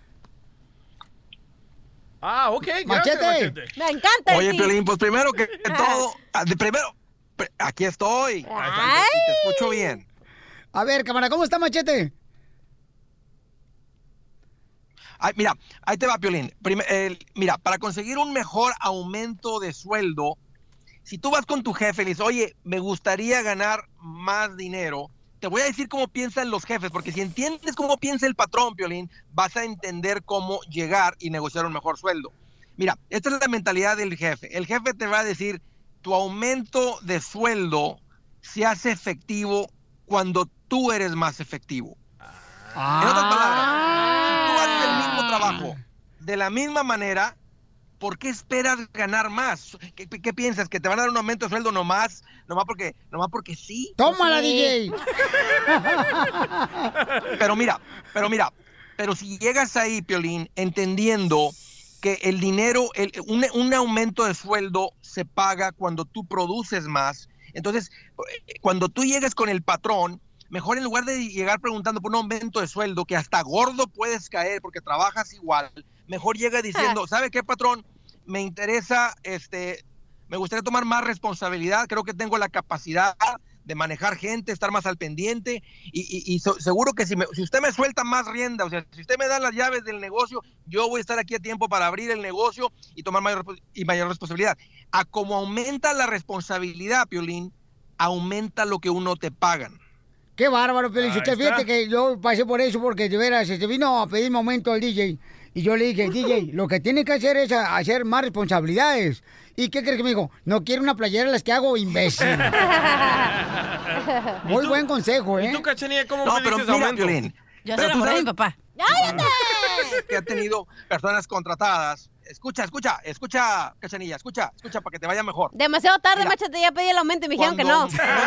Ah, ok, gracias, Machete. Machete. Me encanta. Oye, Piolín, pues primero que todo, de primero, pre- aquí estoy. Ay. Y te escucho bien. A ver, cámara, ¿cómo está, Machete? Ay, mira, ahí te va, Piolín. Prim- el- mira, para conseguir un mejor aumento de sueldo, si tú vas con tu jefe y le dices, oye, me gustaría ganar más dinero, te voy a decir cómo piensan los jefes, porque si entiendes cómo piensa el patrón, Piolín, vas a entender cómo llegar y negociar un mejor sueldo. Mira, esta es la mentalidad del jefe. El jefe te va a decir, tu aumento de sueldo se hace efectivo cuando tú eres más efectivo. En otras palabras, si tú haces el mismo trabajo de la misma manera, ¿por qué esperas ganar más? ¿Qué, qué piensas? ¿Que te van a dar un aumento de sueldo nomás? Nomás porque, nomás porque sí. ¡Tómala, Sí. D J! Pero mira, pero mira, pero si llegas ahí, Piolín, entendiendo que el dinero, el, un, un aumento de sueldo se paga cuando tú produces más, entonces, cuando tú llegas con el patrón, mejor en lugar de llegar preguntando por un aumento de sueldo, que hasta gordo puedes caer porque trabajas igual, mejor llega diciendo, ¿sabe qué, patrón? Me interesa, este, me gustaría tomar más responsabilidad, creo que tengo la capacidad de manejar gente, estar más al pendiente, y, y, y so, seguro que si, me, si usted me suelta más rienda, o sea, si usted me da las llaves del negocio, yo voy a estar aquí a tiempo para abrir el negocio y tomar mayor, y mayor responsabilidad. A como aumenta la responsabilidad, Piolín, aumenta lo que uno te pagan. Qué bárbaro, Piolín. Ahí Usted está. fíjate que yo pasé por eso porque de veras se vino a pedirme aumento al D J. Y yo le dije, D J, lo que tiene que hacer es a- hacer más responsabilidades. ¿Y qué crees que me dijo? No quiero una playera en las que hago, imbécil. Muy buen consejo, ¿eh? ¿Y tú, Cachanilla, cómo No, me pero dices mira, aumento? Piolín, Yo pero se tú enamoré de mi sabes papá. que ha tenido personas contratadas, escucha, escucha, escucha, Cachanilla, escucha, escucha para que te vaya mejor. Demasiado tarde, Mira, Machete, ya pedí el aumento y me dijeron que no.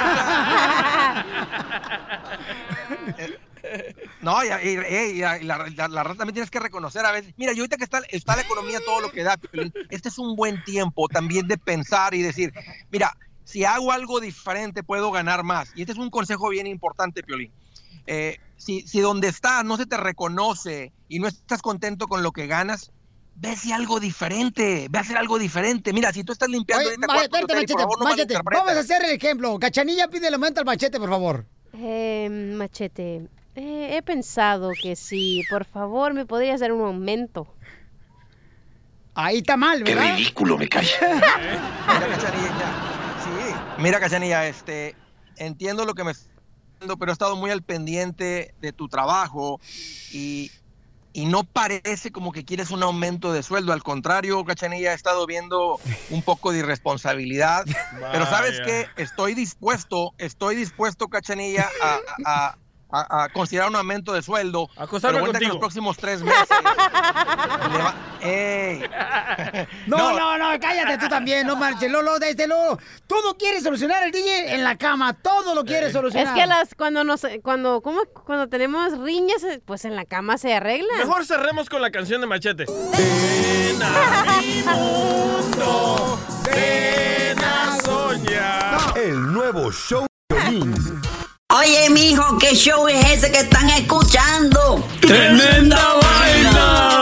No, y, y, y, y la, la, la, la rata también tienes que reconocer a veces. Mira, y ahorita que está, está la economía todo lo que da, Piolín, este es un buen tiempo también de pensar y decir, mira, si hago algo diferente puedo ganar más. Y este es un consejo bien importante, Piolín. Eh, si, si donde estás no se te reconoce y no estás contento con lo que ganas, ve a hacer algo diferente, ve a hacer algo diferente. Mira, si tú estás limpiando... Oye, ma, espérate, Machete, favor, no Machete, vamos a hacer el ejemplo. Cachanilla, pide el aumento al Machete, por favor. Eh, Machete, eh, he pensado que si, por favor, me podría hacer un aumento. Ahí está mal, ¿verdad? Qué ridículo me cae. Mira, Cachanilla, sí, mira, Cachanilla, este, entiendo lo que me estás diciendo, pero he estado muy al pendiente de tu trabajo y, y no parece como que quieres un aumento de sueldo. Al contrario, Cachanilla, he estado viendo un poco de irresponsabilidad. Pero ¿sabes qué? Estoy dispuesto, estoy dispuesto, Cachanilla, a... a A, a considerar un aumento de sueldo. Acostarme pero contigo. En los próximos tres meses. va... ¡Ey! No, no, no, cállate tú también, no marches, Lolo, desde Lolo. Todo quiere solucionar el D J en la cama, todo lo quiere solucionar. Es que las, cuando nos, cuando, ¿cómo? Cuando tenemos riñas, pues en la cama se arregla. Mejor cerremos con la canción de Machete. Ven a mi mundo, ven a soñar. El nuevo show de Piolín. Oye, mijo, ¿qué show es ese que están escuchando? ¡Tremenda Vaina!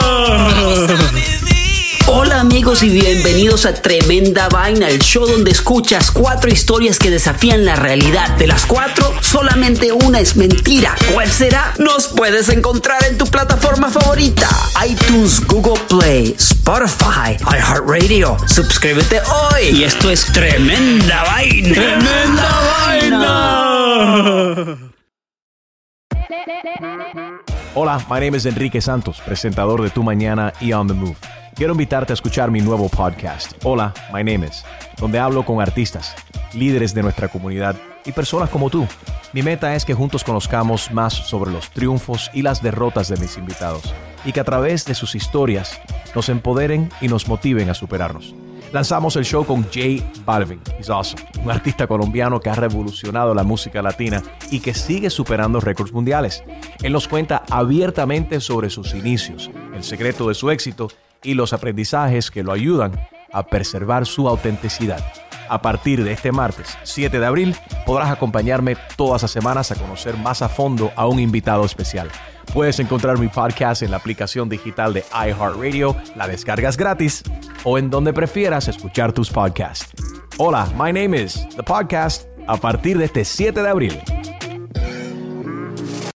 Hola amigos y bienvenidos a Tremenda Vaina, el show donde escuchas cuatro historias que desafían la realidad. De las cuatro, solamente una es mentira. ¿Cuál será? Nos puedes encontrar en tu plataforma favorita: iTunes, Google Play, Spotify, iHeartRadio. Suscríbete hoy. Y esto es Tremenda Vaina. ¡Tremenda Vaina! Hola, my name is Enrique Santos, presentador de Tu Mañana y On The Move. Quiero invitarte a escuchar mi nuevo podcast, Hola, my name is, donde hablo con artistas, líderes de nuestra comunidad y personas como tú. Mi meta es que juntos conozcamos más sobre los triunfos y las derrotas de mis invitados y que a través de sus historias nos empoderen y nos motiven a superarnos. Lanzamos el show con J Balvin, he's awesome, un artista colombiano que ha revolucionado la música latina y que sigue superando récords mundiales. Él nos cuenta abiertamente sobre sus inicios, el secreto de su éxito y los aprendizajes que lo ayudan a preservar su autenticidad. A partir de este martes, siete de abril, podrás acompañarme todas las semanas a conocer más a fondo a un invitado especial. Puedes encontrar mi podcast en la aplicación digital de iHeartRadio, la descargas gratis, o en donde prefieras escuchar tus podcasts. Hola, my name is The Podcast, a partir de este siete de abril.